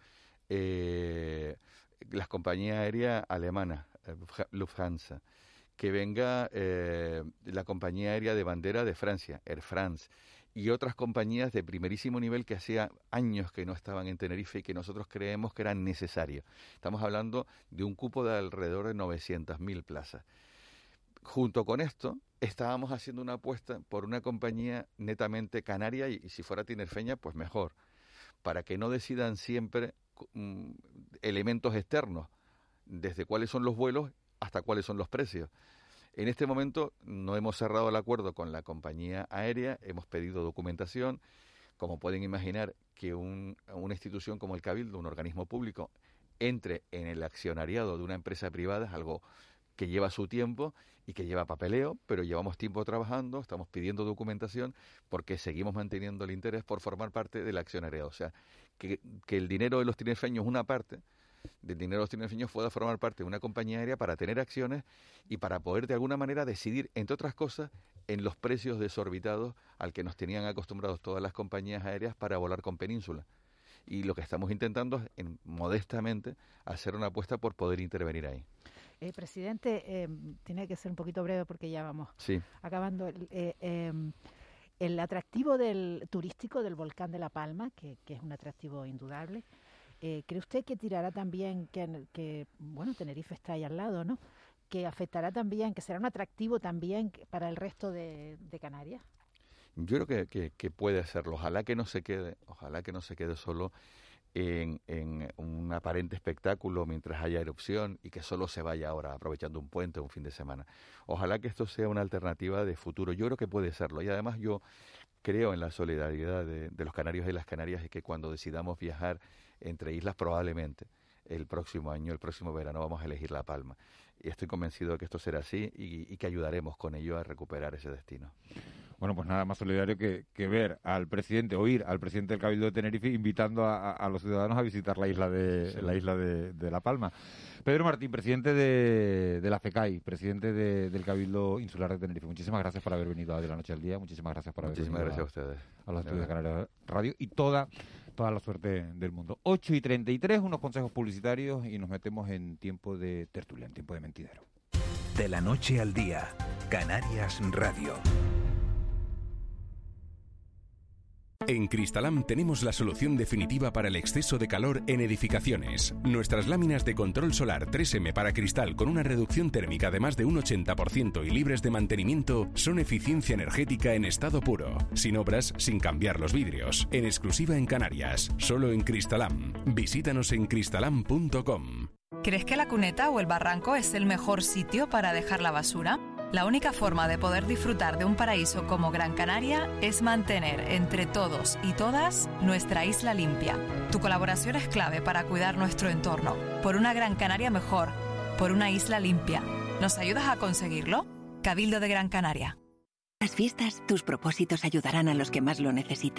Speaker 16: las compañías aéreas alemanas, Lufthansa, que venga la compañía aérea de bandera de Francia, Air France, y otras compañías de primerísimo nivel que hacía años que no estaban en Tenerife y que nosotros creemos que eran necesarios. Estamos hablando de un cupo de alrededor de 900.000 plazas. Junto con esto, estábamos haciendo una apuesta por una compañía netamente canaria y si fuera tinerfeña, pues mejor, para que no decidan siempre elementos externos, desde cuáles son los vuelos hasta cuáles son los precios. En este momento no hemos cerrado el acuerdo con la compañía aérea, hemos pedido documentación. Como pueden imaginar, que una institución como el Cabildo, un organismo público, entre en el accionariado de una empresa privada es algo que lleva su tiempo y que lleva papeleo, pero llevamos tiempo trabajando, estamos pidiendo documentación porque seguimos manteniendo el interés por formar parte del accionariado. O sea, que el dinero de los tinerfeños, una parte del dinero de los tinerfeños, pueda formar parte de una compañía aérea para tener acciones y para poder de alguna manera decidir, entre otras cosas, en los precios desorbitados al que nos tenían acostumbrados todas las compañías aéreas para volar con Península. Y lo que estamos intentando es, modestamente, hacer una apuesta por poder intervenir ahí.
Speaker 18: Presidente, tiene que ser un poquito breve porque ya vamos acabando. El atractivo turístico del volcán de La Palma, que es un atractivo indudable, ¿cree usted que tirará también, que bueno, Tenerife está ahí al lado, ¿no?, que afectará también, que será un atractivo también para el resto de Canarias?
Speaker 16: Yo creo que puede hacerlo. Ojalá que no se quede solo en un aparente espectáculo mientras haya erupción y que solo se vaya ahora aprovechando un puente o un fin de semana. Ojalá que esto sea una alternativa de futuro. Yo creo que puede serlo. Y además yo creo en la solidaridad de los canarios y las canarias, y que cuando decidamos viajar entre islas, probablemente el próximo año, el próximo verano, vamos a elegir La Palma. Y estoy convencido de que esto será así y que ayudaremos con ello a recuperar ese destino.
Speaker 1: Bueno, pues nada más solidario que ver al presidente, oír al presidente del Cabildo de Tenerife invitando a los ciudadanos a visitar la isla de La Palma. Pedro Martín, presidente de la FECAI, presidente del Cabildo Insular de Tenerife. Muchísimas gracias por haber venido a De la Noche al Día. Muchísimas gracias por haber venido
Speaker 16: a ustedes,
Speaker 1: a los estudios de Canarias Radio, y toda la suerte del mundo. 8:33, unos consejos publicitarios y nos metemos en tiempo de tertulia, en tiempo de mentidero.
Speaker 15: De la Noche al Día, Canarias Radio.
Speaker 12: En Cristalam tenemos la solución definitiva para el exceso de calor en edificaciones. Nuestras láminas de control solar 3M para cristal con una reducción térmica de más de un 80% y libres de mantenimiento son eficiencia energética en estado puro. Sin obras, sin cambiar los vidrios. En exclusiva en Canarias. Solo en Cristalam. Visítanos en cristalam.com.
Speaker 13: ¿Crees que la cuneta o el barranco es el mejor sitio para dejar la basura? La única forma de poder disfrutar de un paraíso como Gran Canaria es mantener entre todos y todas nuestra isla limpia. Tu colaboración es clave para cuidar nuestro entorno. Por una Gran Canaria mejor, por una isla limpia. ¿Nos ayudas a conseguirlo? Cabildo de Gran Canaria.
Speaker 10: Las fiestas, tus propósitos ayudarán a los que más lo necesitan.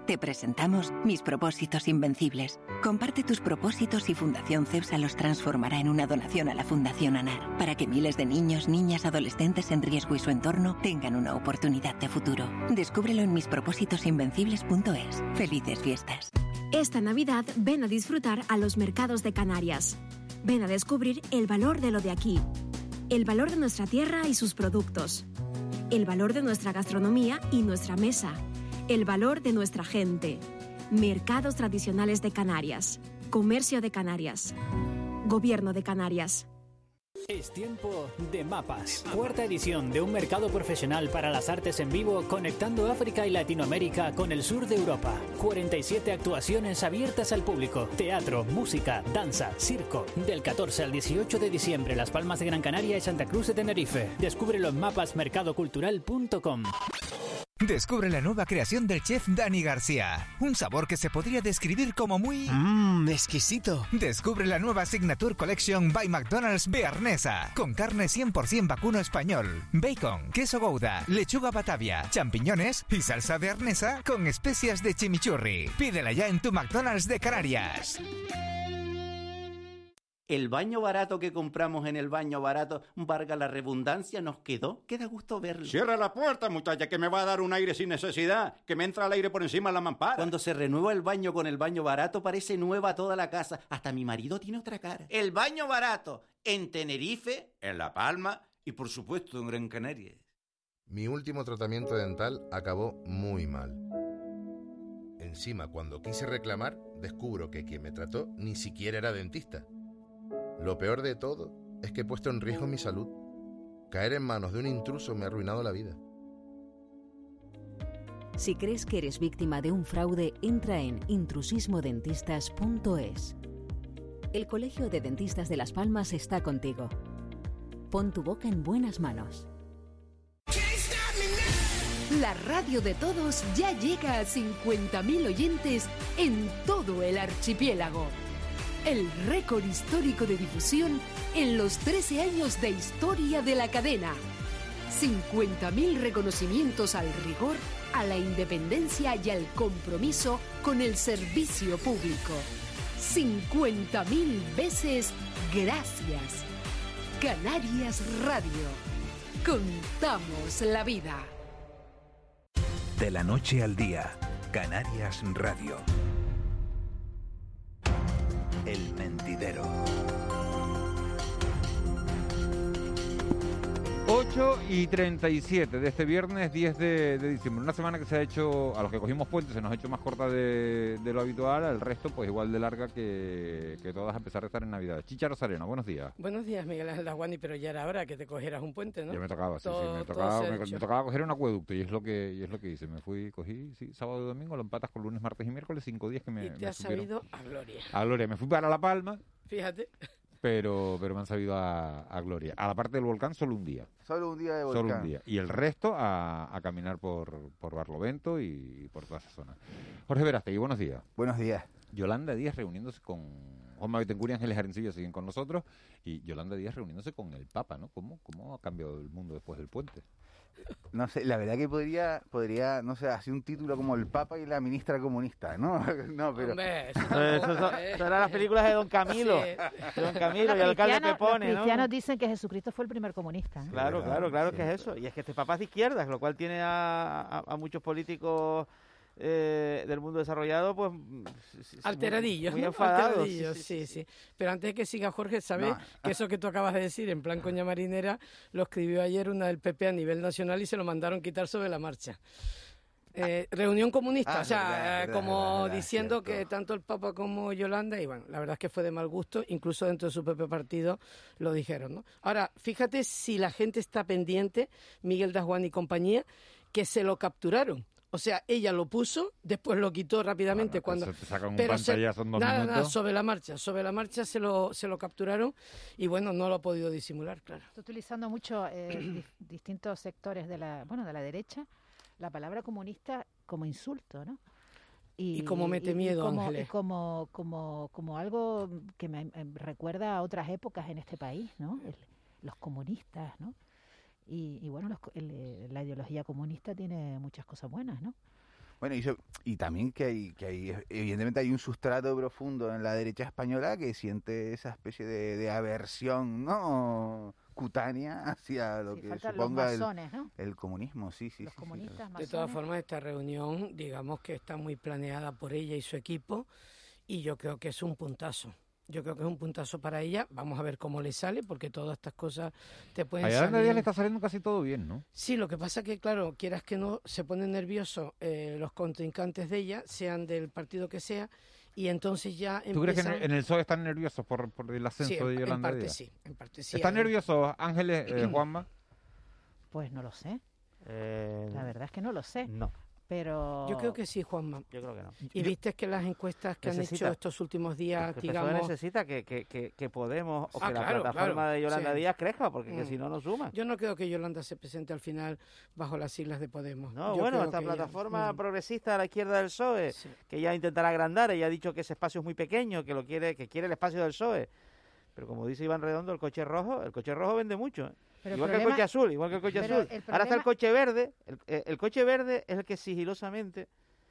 Speaker 10: Te presentamos Mis Propósitos Invencibles. Comparte tus propósitos y Fundación CEPSA los transformará en una donación a la Fundación ANAR, para que miles de niños, niñas, adolescentes en riesgo y su entorno tengan una oportunidad de futuro. Descúbrelo en mispropósitosinvencibles.es. Felices fiestas.
Speaker 19: Esta Navidad ven a disfrutar a los mercados de Canarias. Ven a descubrir el valor de lo de aquí, el valor de nuestra tierra y sus productos, el valor de nuestra gastronomía y nuestra mesa, el valor de nuestra gente. Mercados tradicionales de Canarias. Comercio de Canarias. Gobierno de Canarias.
Speaker 20: Es tiempo de mapas. Cuarta edición de un mercado profesional para las artes en vivo, conectando África y Latinoamérica con el sur de Europa. 47 actuaciones abiertas al público. Teatro, música, danza, circo. Del 14 al 18 de diciembre, Las Palmas de Gran Canaria y Santa Cruz de Tenerife. Descúbrelo en mapasmercadocultural.com.
Speaker 21: Descubre la nueva creación del chef Dani García. Un sabor que se podría describir como muy... exquisito. Descubre la nueva Signature Collection by McDonald's Bearnesa. Con carne 100% vacuno español, bacon, queso gouda, lechuga batavia, champiñones y salsa bearnesa con especias de chimichurri. Pídela ya en tu McDonald's de Canarias.
Speaker 22: El baño barato que compramos en el baño barato, valga la redundancia, nos quedó. Queda gusto verlo.
Speaker 23: Cierra la puerta, muchacha, que me va a dar un aire sin necesidad, que me entra el aire por encima de la mampara.
Speaker 22: Cuando se renueva el baño con el baño barato, parece nueva toda la casa. Hasta mi marido tiene otra cara. El baño barato, en Tenerife, en La Palma y por supuesto en Gran Canaria.
Speaker 24: Mi último tratamiento dental acabó muy mal. Encima, cuando quise reclamar, descubro que quien me trató ni siquiera era dentista. Lo peor de todo es que he puesto en riesgo mi salud. Caer en manos de un intruso me ha arruinado la vida.
Speaker 8: Si crees que eres víctima de un fraude, entra en intrusismodentistas.es. El Colegio de Dentistas de Las Palmas está contigo. Pon tu boca en buenas manos.
Speaker 25: La radio de todos ya llega a 50.000 oyentes en todo el archipiélago. El récord histórico de difusión en los 13 años de historia de la cadena. 50.000 reconocimientos al rigor, a la independencia y al compromiso con el servicio público. 50.000 veces gracias. Canarias Radio. Contamos la vida.
Speaker 15: De la noche al día, Canarias Radio. El Mentidero.
Speaker 1: 8:37 de este viernes 10 de diciembre. Una semana que se ha hecho, a los que cogimos puentes, se nos ha hecho más corta de lo habitual, al resto pues igual de larga que todas, a pesar de estar en Navidad. Chicha Rosarena, buenos días.
Speaker 26: Buenos días, Miguel Ángel Daguani, pero ya era hora que te cogieras un puente, ¿no?
Speaker 1: Ya me tocaba,
Speaker 26: Todo,
Speaker 1: me tocaba coger un acueducto y es lo que hice. Cogí sábado y domingo, lo empatas con lunes, martes y miércoles, 5 días que me...
Speaker 26: Y te has sabido a gloria.
Speaker 1: A gloria, me fui para La Palma.
Speaker 26: Fíjate.
Speaker 1: Pero me han sabido a gloria. A la parte del volcán solo un día.
Speaker 27: Solo un día de volcán.
Speaker 1: Solo un día. Y el resto a caminar por Barlovento y por toda esa zona. Jorge Verástegui, buenos días.
Speaker 27: Buenos días.
Speaker 1: Yolanda Díaz reuniéndose con... Juanma Betancur y Ángeles Arencibia siguen con nosotros. Y Yolanda Díaz reuniéndose con el Papa, ¿no? ¿Cómo ha cambiado el mundo después del puente?
Speaker 27: No sé, la verdad que podría, no sé, hacer un título como El Papa y la ministra comunista, ¿no? No, pero...
Speaker 17: Hombre, eso eran las películas de Don Camilo. Sí. De Don Camilo y el alcalde Pepone, ¿no?
Speaker 18: Los cristianos dicen que Jesucristo fue el primer comunista, ¿no?
Speaker 17: Claro, que es eso. Y es que este Papa es de izquierdas, lo cual tiene a muchos políticos del mundo desarrollado, pues...
Speaker 26: Alteradillos,
Speaker 17: muy
Speaker 26: ¿no?
Speaker 17: enfadados.
Speaker 26: Alteradillos, sí. Pero antes de que siga, Jorge, ¿sabes que eso que tú acabas de decir, en plan coña marinera, lo escribió ayer una del PP a nivel nacional y se lo mandaron quitar sobre la marcha? Reunión comunista, verdad, diciendo cierto. Que tanto el Papa como Yolanda, y bueno, la verdad es que fue de mal gusto, incluso dentro de su propio partido lo dijeron, ¿no? Ahora, fíjate si la gente está pendiente, Miguel Dajuan y compañía, que se lo capturaron. O sea, ella lo puso, después lo quitó rápidamente cuando...
Speaker 1: Te sacan un pantallazo en 2 minutos.
Speaker 26: Nada, sobre la marcha se lo capturaron y bueno, no lo ha podido disimular, claro.
Speaker 18: Está utilizando mucho distintos sectores de la derecha la palabra comunista como insulto, ¿no?
Speaker 26: Y como mete miedo,
Speaker 18: Ángeles. Y como algo que me recuerda a otras épocas en este país, ¿no? Los comunistas, ¿no? Y bueno, la ideología comunista tiene muchas cosas buenas, ¿no?
Speaker 27: Bueno, y también que hay, evidentemente hay un sustrato profundo en la derecha española que siente esa especie de aversión, ¿no?, cutánea hacia lo que suponga
Speaker 18: masones, ¿no?,
Speaker 27: el comunismo, sí.
Speaker 18: Los comunistas,
Speaker 26: masones. De todas formas, esta reunión, digamos que está muy planeada por ella y su equipo, y yo creo que es un puntazo. Yo creo que es un puntazo para ella. Vamos a ver cómo le sale, porque todas estas cosas te pueden salir.
Speaker 1: A Yolanda Díaz le está saliendo casi todo bien, ¿no?
Speaker 26: Sí, lo que pasa que, claro, quieras que no, se ponen nerviosos los contrincantes de ella, sean del partido que sea, y entonces ya
Speaker 1: ¿Tú crees que en el PSOE están nerviosos por el ascenso de Yolanda Díaz?
Speaker 26: En parte sí.
Speaker 1: ¿Están nerviosos Ángeles, Juanma?
Speaker 18: Pues no lo sé. La verdad es que no lo sé.
Speaker 17: No.
Speaker 18: Pero
Speaker 26: yo creo que sí, Juanma.
Speaker 17: Yo creo que no.
Speaker 26: Y viste que las encuestas que han hecho estos últimos días, digamos...
Speaker 17: El PSOE necesita que Podemos o que la plataforma de Yolanda Díaz crezca, porque que si no, no suma.
Speaker 26: Yo no creo que Yolanda se presente al final bajo las siglas de Podemos.
Speaker 17: No, bueno, esta plataforma progresista a la izquierda del PSOE, que ya intentará agrandar, ella ha dicho que ese espacio es muy pequeño, que quiere el espacio del PSOE. Pero como dice Iván Redondo, el coche rojo vende mucho, ¿eh? Igual que el coche azul. Ahora está el coche verde. El coche verde es el que sigilosamente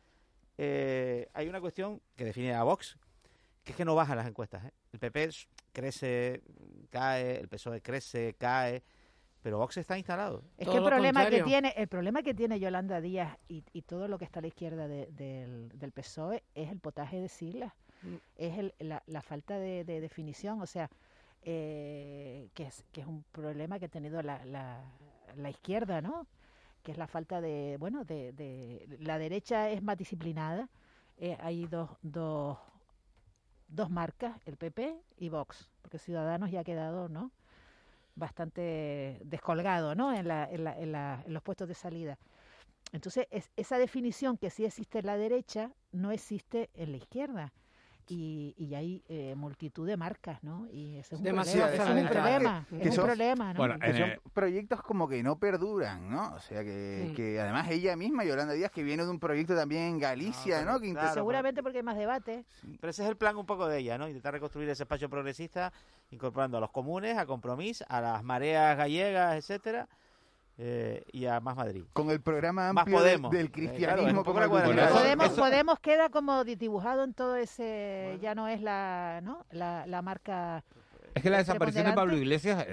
Speaker 17: hay una cuestión que define a Vox, que es que no bajan las encuestas, ¿eh? El PP crece, cae, el PSOE crece, cae, pero Vox está instalado.
Speaker 18: Es que el problema que tiene Yolanda Díaz y todo lo que está a la izquierda del PSOE es el potaje de siglas, es la falta de definición, o sea, que es un problema que ha tenido la izquierda, ¿no? Que es la falta de la derecha es más disciplinada, hay dos marcas, el PP y Vox, porque Ciudadanos ya ha quedado, ¿no?, bastante descolgado, ¿no?, en los puestos de salida. Entonces, esa definición que sí existe en la derecha no existe en la izquierda. Y hay multitud de marcas, ¿no? Y ese es un problema, ¿no?
Speaker 27: Bueno, que son proyectos como que no perduran, ¿no? O sea, que además ella misma, Yolanda Díaz, que viene de un proyecto también en Galicia, ¿no? Que
Speaker 18: seguramente porque hay más debate.
Speaker 17: Sí. Pero ese es el plan un poco de ella, ¿no? Intentar reconstruir ese espacio progresista, incorporando a los comunes, a Compromís, a las mareas gallegas, etcétera. Y a Más Madrid.
Speaker 27: Con el programa amplio del cristianismo.
Speaker 18: Podemos queda como dibujado en todo ese, ya no es la marca.
Speaker 1: Es que la desaparición de Pablo Iglesias,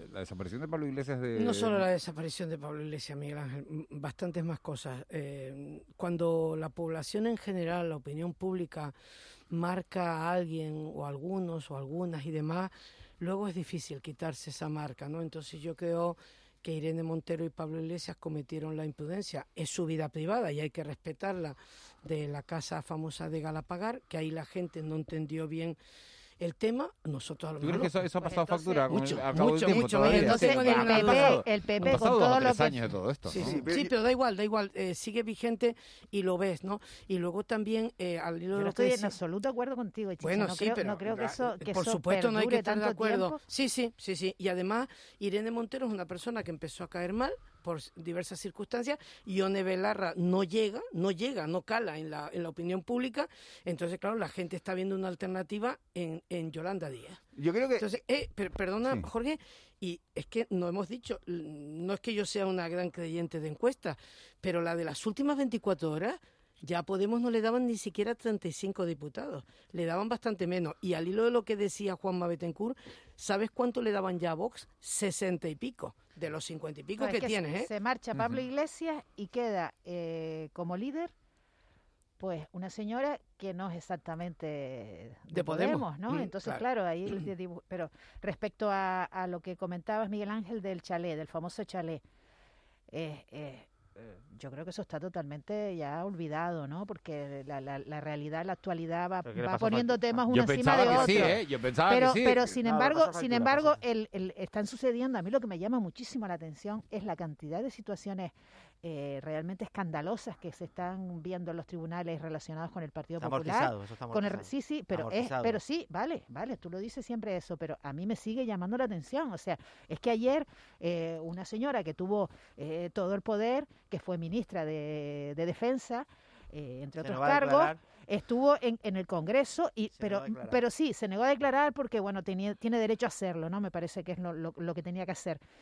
Speaker 26: No solo la desaparición de Pablo Iglesias, Miguel Ángel, bastantes más cosas. Cuando la población en general, la opinión pública, marca a alguien o algunos o algunas y demás, luego es difícil quitarse esa marca, ¿no? Entonces yo creo que Irene Montero y Pablo Iglesias cometieron la imprudencia. Es su vida privada y hay que respetarla, de la casa famosa de Galapagar, que ahí la gente no entendió bien el tema. Nosotros a lo
Speaker 1: mejor... ¿Tú crees que eso ha pasado factura
Speaker 26: mucho.
Speaker 18: Entonces el PP con todo lo que...
Speaker 1: años de todo esto,
Speaker 26: sí,
Speaker 1: ¿no?
Speaker 26: sí, pero da igual, sigue vigente y lo ves, ¿no? Y luego también al hilo de lo que
Speaker 18: estoy en absoluto acuerdo contigo, Chicha.
Speaker 26: Bueno,
Speaker 18: no creo que eso
Speaker 26: por supuesto no hay que estar de acuerdo.
Speaker 18: Tiempo.
Speaker 26: Sí. Y además Irene Montero es una persona que empezó a caer mal por diversas circunstancias. Ione Belarra no cala en la opinión pública. Entonces, claro, la gente está viendo una alternativa en Yolanda Díaz.
Speaker 27: Yo creo que...
Speaker 26: Entonces, perdona, sí, Jorge, y es que no hemos dicho, no es que yo sea una gran creyente de encuestas, pero la de las últimas 24 horas... Ya a Podemos no le daban ni siquiera 35 diputados, le daban bastante menos. Y al hilo de lo que decía Juanma Bettencourt, ¿sabes cuánto le daban ya a Vox? 60 y pico, de los 50 y pico que tienes, ¿eh?
Speaker 18: Se marcha Pablo Iglesias y queda como líder, pues, una señora que no es exactamente de Podemos, ¿no? Entonces, claro, ahí... Pero respecto a lo que comentabas, Miguel Ángel, del chalet, del famoso chalet, yo creo que eso está totalmente ya olvidado, ¿no? Porque la realidad, la actualidad va poniendo temas uno encima de otro.
Speaker 1: Yo pensaba que sí.
Speaker 18: Pero sin embargo, están sucediendo. A mí lo que me llama muchísimo la atención es la cantidad de situaciones realmente escandalosas que se están viendo en los tribunales relacionados con el Partido Popular. Sí, pero sí, vale, tú lo dices siempre eso, pero a mí me sigue llamando la atención. O sea, es que ayer una señora que tuvo todo el poder, que fue ministra de Defensa, entre otros cargos, estuvo en el Congreso, pero sí, se negó a declarar porque, bueno, tiene derecho a hacerlo, ¿no? Me parece que es lo que tenía que hacer.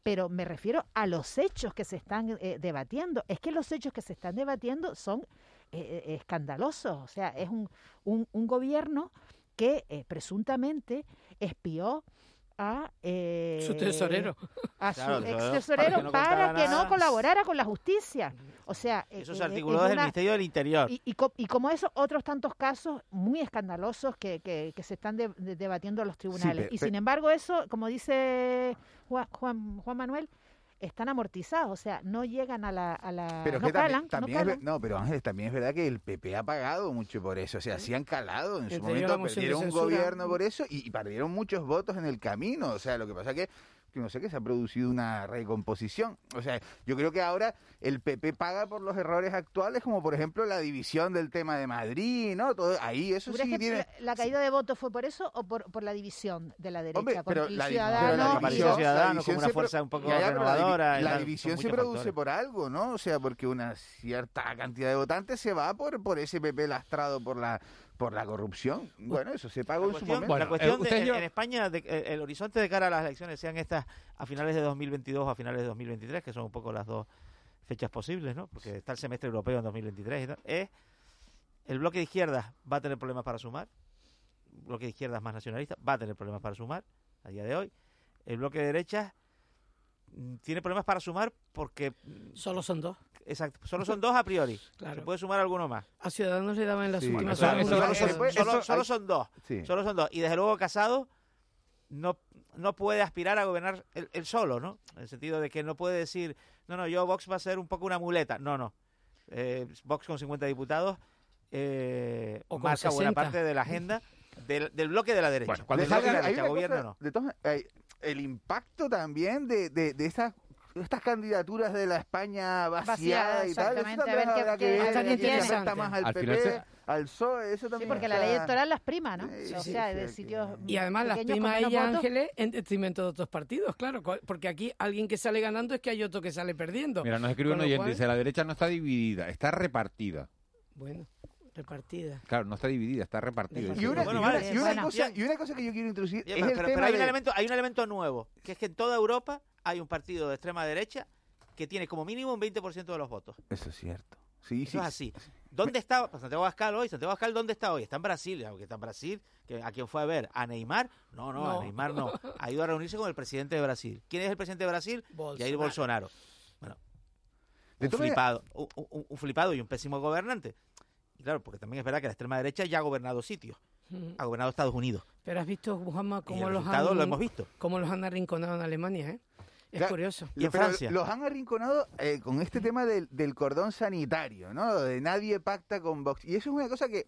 Speaker 18: pero me refiero a los hechos que se están debatiendo. Es que los hechos que se están debatiendo son escandalosos. O sea, es un gobierno que presuntamente espió a
Speaker 26: su tesorero,
Speaker 18: a su ex tesorero para que no colaborara con la justicia. O sea,
Speaker 17: eso se articuló desde el Ministerio del Interior.
Speaker 18: Y como esos otros tantos casos muy escandalosos que se están debatiendo en los tribunales.
Speaker 27: Sí,
Speaker 18: sin embargo, eso, como dice Juan Manuel, están amortizados, o sea, no llegan a la
Speaker 27: pero
Speaker 18: no
Speaker 27: que
Speaker 18: calan,
Speaker 27: también
Speaker 18: no calan.
Speaker 27: pero Ángeles, también es verdad que el PP ha pagado mucho por eso, o sea, sí han calado, en su momento
Speaker 26: moción de
Speaker 27: perdieron un
Speaker 26: censura.
Speaker 27: gobierno por eso y perdieron muchos votos en el camino, o sea, lo que pasa que no sé, que se ha producido una recomposición. O sea, yo creo que ahora el PP paga por los errores actuales, como por ejemplo la división del tema de Madrid, ¿no? Todo ahí eso sí tiene.
Speaker 18: ¿La caída de votos fue por eso o por la división de la derecha?
Speaker 27: Hombre, pero
Speaker 18: con
Speaker 27: la
Speaker 18: Ciudadanos,
Speaker 17: Ciudadanos como una fuerza un poco renovadora.
Speaker 27: La división se produce por algo, ¿no? O sea, porque una cierta cantidad de votantes se va por ese PP lastrado por la corrupción. Bueno, eso se pagó en su momento.
Speaker 17: La cuestión en España, el horizonte de cara a las elecciones, sean estas a finales de 2022 o a finales de 2023, que son un poco las dos fechas posibles, ¿no? Porque está el semestre europeo en 2023 y tal, el bloque de izquierdas va a tener problemas para sumar, el bloque de izquierdas más nacionalista va a tener problemas para sumar a día de hoy, el bloque de derechas tiene problemas para sumar porque...
Speaker 26: Solo son dos.
Speaker 17: Exacto, solo son dos a priori.
Speaker 26: Claro.
Speaker 17: Se puede sumar alguno más.
Speaker 26: A Ciudadanos le daban en las últimas
Speaker 17: horas.
Speaker 26: Solo
Speaker 17: son dos.
Speaker 27: Sí.
Speaker 17: Solo son dos. Y desde luego Casado no puede aspirar a gobernar él solo, ¿no? En el sentido de que no puede decir, no, yo Vox va a ser un poco una muleta. No. Vox con 50 diputados
Speaker 26: o con
Speaker 17: marca
Speaker 26: 60.
Speaker 17: buena parte de la agenda del bloque de la derecha.
Speaker 27: Bueno, cuando
Speaker 17: del bloque de la
Speaker 27: hay
Speaker 17: derecha,
Speaker 27: una
Speaker 17: gobierno
Speaker 27: cosa,
Speaker 17: no.
Speaker 27: de todas, el impacto también de estas candidaturas de la España vaciada y tal, eso
Speaker 18: exactamente,
Speaker 27: también
Speaker 18: a ver
Speaker 27: habrá
Speaker 18: qué
Speaker 27: que ver
Speaker 18: también
Speaker 27: quién
Speaker 18: tiene.
Speaker 27: afecta más al PP, al PSOE, eso también.
Speaker 18: Sí, porque la ley electoral las prima, ¿no? O sea, de sitios
Speaker 26: y además las
Speaker 18: pequeños
Speaker 26: prima
Speaker 18: con menos
Speaker 26: ella,
Speaker 18: votos.
Speaker 26: Ángeles, en detrimento de otros partidos, claro, porque aquí alguien que sale ganando es que hay otro que sale perdiendo.
Speaker 1: Mira, nos escribe un oyente, dice, la derecha no está dividida, está repartida.
Speaker 26: Bueno, repartida.
Speaker 1: Claro, no está dividida, está repartida.
Speaker 27: Y una cosa que yo quiero introducir es el tema
Speaker 17: pero hay un elemento nuevo, que es que en toda Europa hay un partido de extrema derecha que tiene como mínimo un 20% de los votos.
Speaker 27: Eso es cierto. Sí,
Speaker 17: Eso es así. ¿Dónde está Santiago Abascal hoy? Santiago Abascal, ¿dónde está hoy? Está en Brasil, aunque está en Brasil. ¿A quién fue a ver? ¿A Neymar? No, a Neymar no. Ha ido a reunirse con el presidente de Brasil. ¿Quién es el presidente de Brasil? Jair Bolsonaro. Bueno, un flipado y un pésimo gobernante. Y claro, porque también es verdad que la extrema derecha ya ha gobernado sitios. Ha gobernado Estados Unidos.
Speaker 26: Pero has visto, Juanma, cómo
Speaker 17: lo hemos visto.
Speaker 26: Cómo los han arrinconado en Alemania, ¿eh? Es curioso.
Speaker 27: Y en Francia. Los han arrinconado con este tema del cordón sanitario, ¿no? De nadie pacta con Vox. Y eso es una cosa que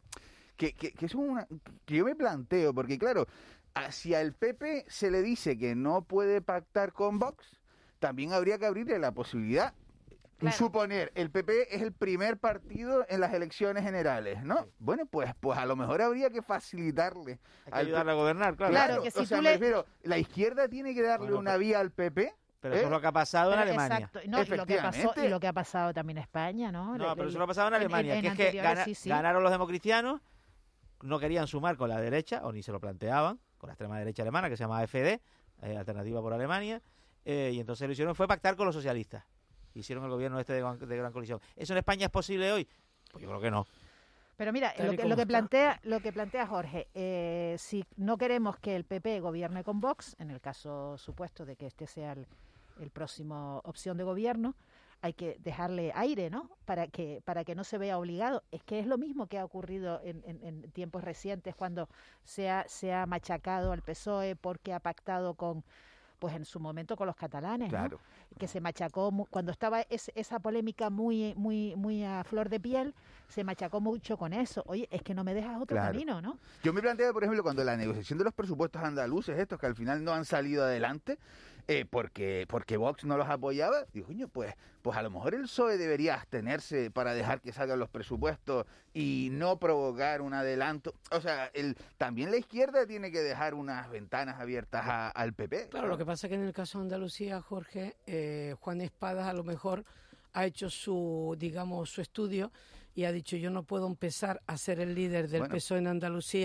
Speaker 27: yo me planteo, porque claro, si al PP se le dice que no puede pactar con Vox, también habría que abrirle la posibilidad. Claro. Suponer, el PP es el primer partido en las elecciones generales, ¿no? Bueno, pues a lo mejor habría que facilitarle.
Speaker 17: Hay que ayudarle a gobernar, claro.
Speaker 18: Claro, que si
Speaker 27: o sea, me refiero, la izquierda tiene que darle una vía al PP.
Speaker 17: Pero eso es lo que ha pasado en Alemania.
Speaker 18: Exacto. No, y lo que ha pasado también en España, ¿no?
Speaker 17: No, pero eso lo ha pasado en Alemania, que es que ganaron los democristianos, no querían sumar con la derecha, o ni se lo planteaban, con la extrema derecha alemana, que se llama AfD, Alternativa por Alemania, y entonces lo hicieron fue pactar con los socialistas. Hicieron el gobierno de gran coalición. ¿Eso en España es posible hoy? Pues yo creo que no.
Speaker 18: Pero mira, lo que plantea Jorge, si no queremos que el PP gobierne con Vox, en el caso supuesto de que este sea el próximo opción de gobierno, hay que dejarle aire, ¿no? Para que no se vea obligado. Es que es lo mismo que ha ocurrido en tiempos recientes cuando se ha machacado al PSOE porque ha pactado pues en su momento con los catalanes,
Speaker 27: claro,
Speaker 18: ¿no? Que se machacó cuando estaba esa polémica muy a flor de piel, se machacó mucho con eso. Oye, es que no me dejas otro camino, ¿no?
Speaker 27: Yo me planteo, por ejemplo, cuando la negociación de los presupuestos andaluces, estos que al final no han salido adelante, porque Vox no los apoyaba, digo, coño, pues a lo mejor el PSOE debería abstenerse para dejar que salgan los presupuestos y no provocar un adelanto. O sea, también la izquierda tiene que dejar unas ventanas abiertas al PP.
Speaker 26: Claro, lo que pasa es que en el caso de Andalucía, Jorge, Juan Espadas a lo mejor ha hecho su estudio y ha dicho, yo no puedo empezar a ser el líder del PSOE en Andalucía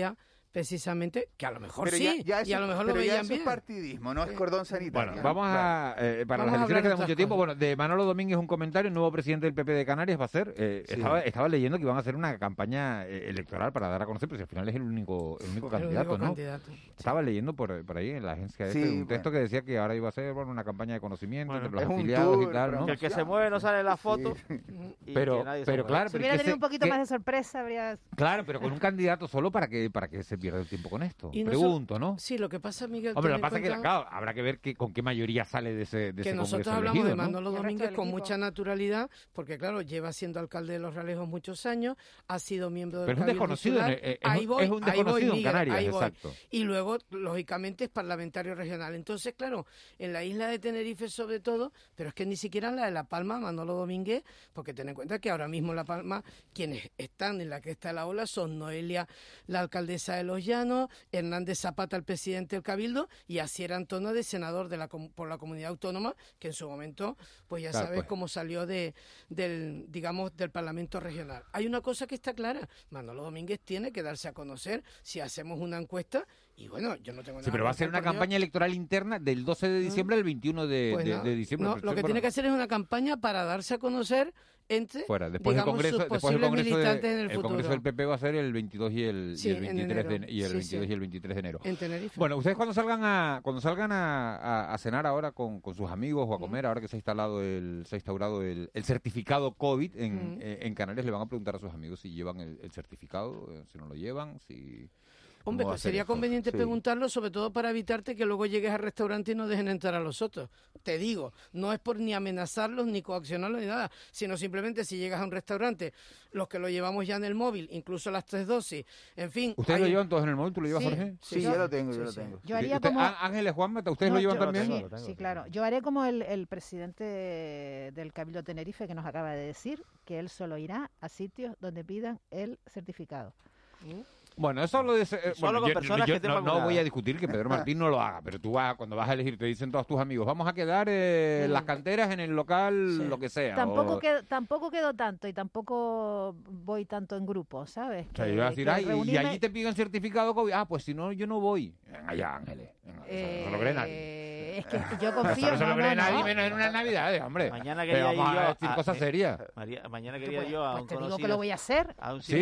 Speaker 26: precisamente, que a lo mejor
Speaker 27: pero
Speaker 26: sí,
Speaker 27: ya
Speaker 26: y a lo mejor
Speaker 27: pero
Speaker 26: lo veían
Speaker 27: eso
Speaker 26: bien.
Speaker 27: es partidismo, no es cordón sanitario.
Speaker 1: Bueno, vamos a... para las elecciones queda mucho tiempo. Bueno, de Manolo Domínguez un comentario, el nuevo presidente del PP de Canarias va a ser... Estaba leyendo que iban a hacer una campaña electoral para dar a conocer, pero si al final es el único candidato, ¿no? Estaba leyendo por ahí en la agencia un texto que decía que ahora iba a ser una campaña de conocimiento entre los afiliados y tal, ¿no?
Speaker 17: Que el que se mueve no sale en la foto.
Speaker 1: Pero claro...
Speaker 18: Si hubiera tenido un poquito más de sorpresa, habría...
Speaker 1: Claro, pero con un candidato solo para que se pierda el tiempo con esto. Pregunto, ¿no?
Speaker 26: Sí, lo que pasa, Miguel...
Speaker 1: Hombre, lo que pasa es que, claro, habrá que ver con qué mayoría sale de ese
Speaker 26: que nosotros hablamos de Manolo Domínguez con mucha naturalidad, porque, claro, lleva siendo alcalde de Los Realejos muchos años, ha sido miembro del Cabildo Insular.
Speaker 1: Es un desconocido en Canarias, exacto.
Speaker 26: Y luego, lógicamente, es parlamentario regional. Entonces, claro, en la isla de Tenerife sobre todo, pero es que ni siquiera en la de La Palma, Manolo Domínguez, porque ten en cuenta que ahora mismo en La Palma, quienes están en la cresta de la ola son Noelia, la alcaldesa de Los Llanos, Hernández Zapata, el presidente del Cabildo, y Asier Antona, de senador por la comunidad autónoma, que en su momento, pues ya sabes cómo salió del Parlamento regional. Hay una cosa que está clara, Manolo Domínguez tiene que darse a conocer si hacemos una encuesta, y bueno, yo no tengo nada.
Speaker 1: Sí, pero va a ser una campaña electoral interna del 12 de diciembre al 21 de diciembre.
Speaker 26: No, lo que tiene que hacer es una campaña para darse a conocer entre,
Speaker 1: después el Congreso
Speaker 26: militantes en el futuro.
Speaker 1: El Congreso del PP va a ser el 22 y el 23 de enero.
Speaker 26: En Tenerife.
Speaker 1: Bueno, ustedes cuando salgan a cenar ahora con sus amigos o a comer, ahora que se ha instaurado el certificado COVID en Canarias, le van a preguntar a sus amigos si llevan el certificado, si no lo llevan, si...
Speaker 26: Hombre, pues sería conveniente preguntarlo, sobre todo para evitarte que luego llegues al restaurante y no dejen entrar a los otros. Te digo, no es por ni amenazarlos, ni coaccionarlos, ni nada, sino simplemente si llegas a un restaurante, los que lo llevamos ya en el móvil, incluso las 3 dosis, en fin...
Speaker 1: ¿Ustedes lo llevan todos en el móvil? ¿Tú lo llevas, Jorge?
Speaker 27: Sí, yo lo tengo.
Speaker 18: Yo haría como...
Speaker 1: Ángeles, Juanma, ¿ustedes lo llevan también?
Speaker 18: Sí, claro. Yo haré como el presidente del Cabildo Tenerife, que nos acaba de decir, que él solo irá a sitios donde pidan el certificado.
Speaker 1: Bueno, eso lo dice...
Speaker 17: Solo con personas que estén
Speaker 1: no voy a discutir que Pedro Martín no lo haga, pero tú cuando vas a elegir, te dicen todos tus amigos, vamos a quedar en las canteras, en el local, lo que sea.
Speaker 18: Tampoco quedo tanto y tampoco voy tanto en grupo, ¿sabes?
Speaker 1: O sea, yo voy a decir, y allí te piden certificado COVID. Pues si no, yo no voy. Venga ya, Ángeles. No lo cree nadie.
Speaker 18: Es que yo confío.
Speaker 1: No se lo cree nadie, menos en unas Navidades, hombre.
Speaker 17: Mañana quería
Speaker 1: vamos a decir cosas serias.
Speaker 17: Mañana quería yo a un
Speaker 18: te
Speaker 17: conocido...
Speaker 18: digo que lo voy a hacer.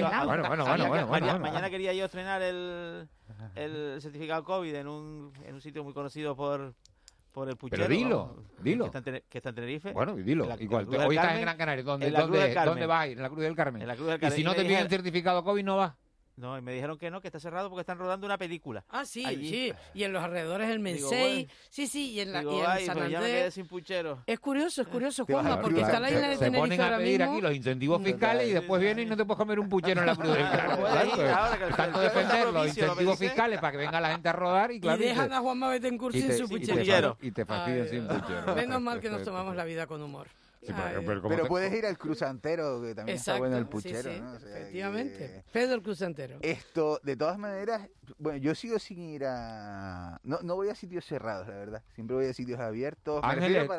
Speaker 1: Bueno.
Speaker 17: Mañana quería yo estrenar el certificado COVID en un sitio muy conocido por el Puchero.
Speaker 1: Pero dilo.
Speaker 17: Que está en Tenerife.
Speaker 1: Bueno, dilo. Hoy estás en Gran Canaria. ¿Dónde vas a ir? En la Cruz del Carmen. Y si no te piden certificado COVID, no vas.
Speaker 17: No, y me dijeron que no, que está cerrado porque están rodando una película.
Speaker 26: Sí. Y en los alrededores el Mensei. Y en San Andrés.
Speaker 17: Ya me quedé sin puchero.
Speaker 26: Es curioso, Juanma, porque está la isla de Tenerife.
Speaker 1: Se ponen a pedir aquí los incentivos fiscales y después vienen y no te puedes comer un puchero en la Cruz del Carmen. Tanto defender los incentivos fiscales para que venga la gente a rodar y claro.
Speaker 26: Y dejan a Juanma Betancourt sin su puchero.
Speaker 1: Y te fastidian sin puchero.
Speaker 26: Menos mal que nos tomamos la vida con humor.
Speaker 1: Sí,
Speaker 27: pero puedes ir al cruzantero, que también está bueno el puchero, ¿no? O sea,
Speaker 26: efectivamente. Pedro el cruzantero.
Speaker 27: Esto, de todas maneras, bueno, yo sigo sin ir a... No voy a sitios cerrados, la verdad. Siempre voy a sitios abiertos.
Speaker 1: Ángeles,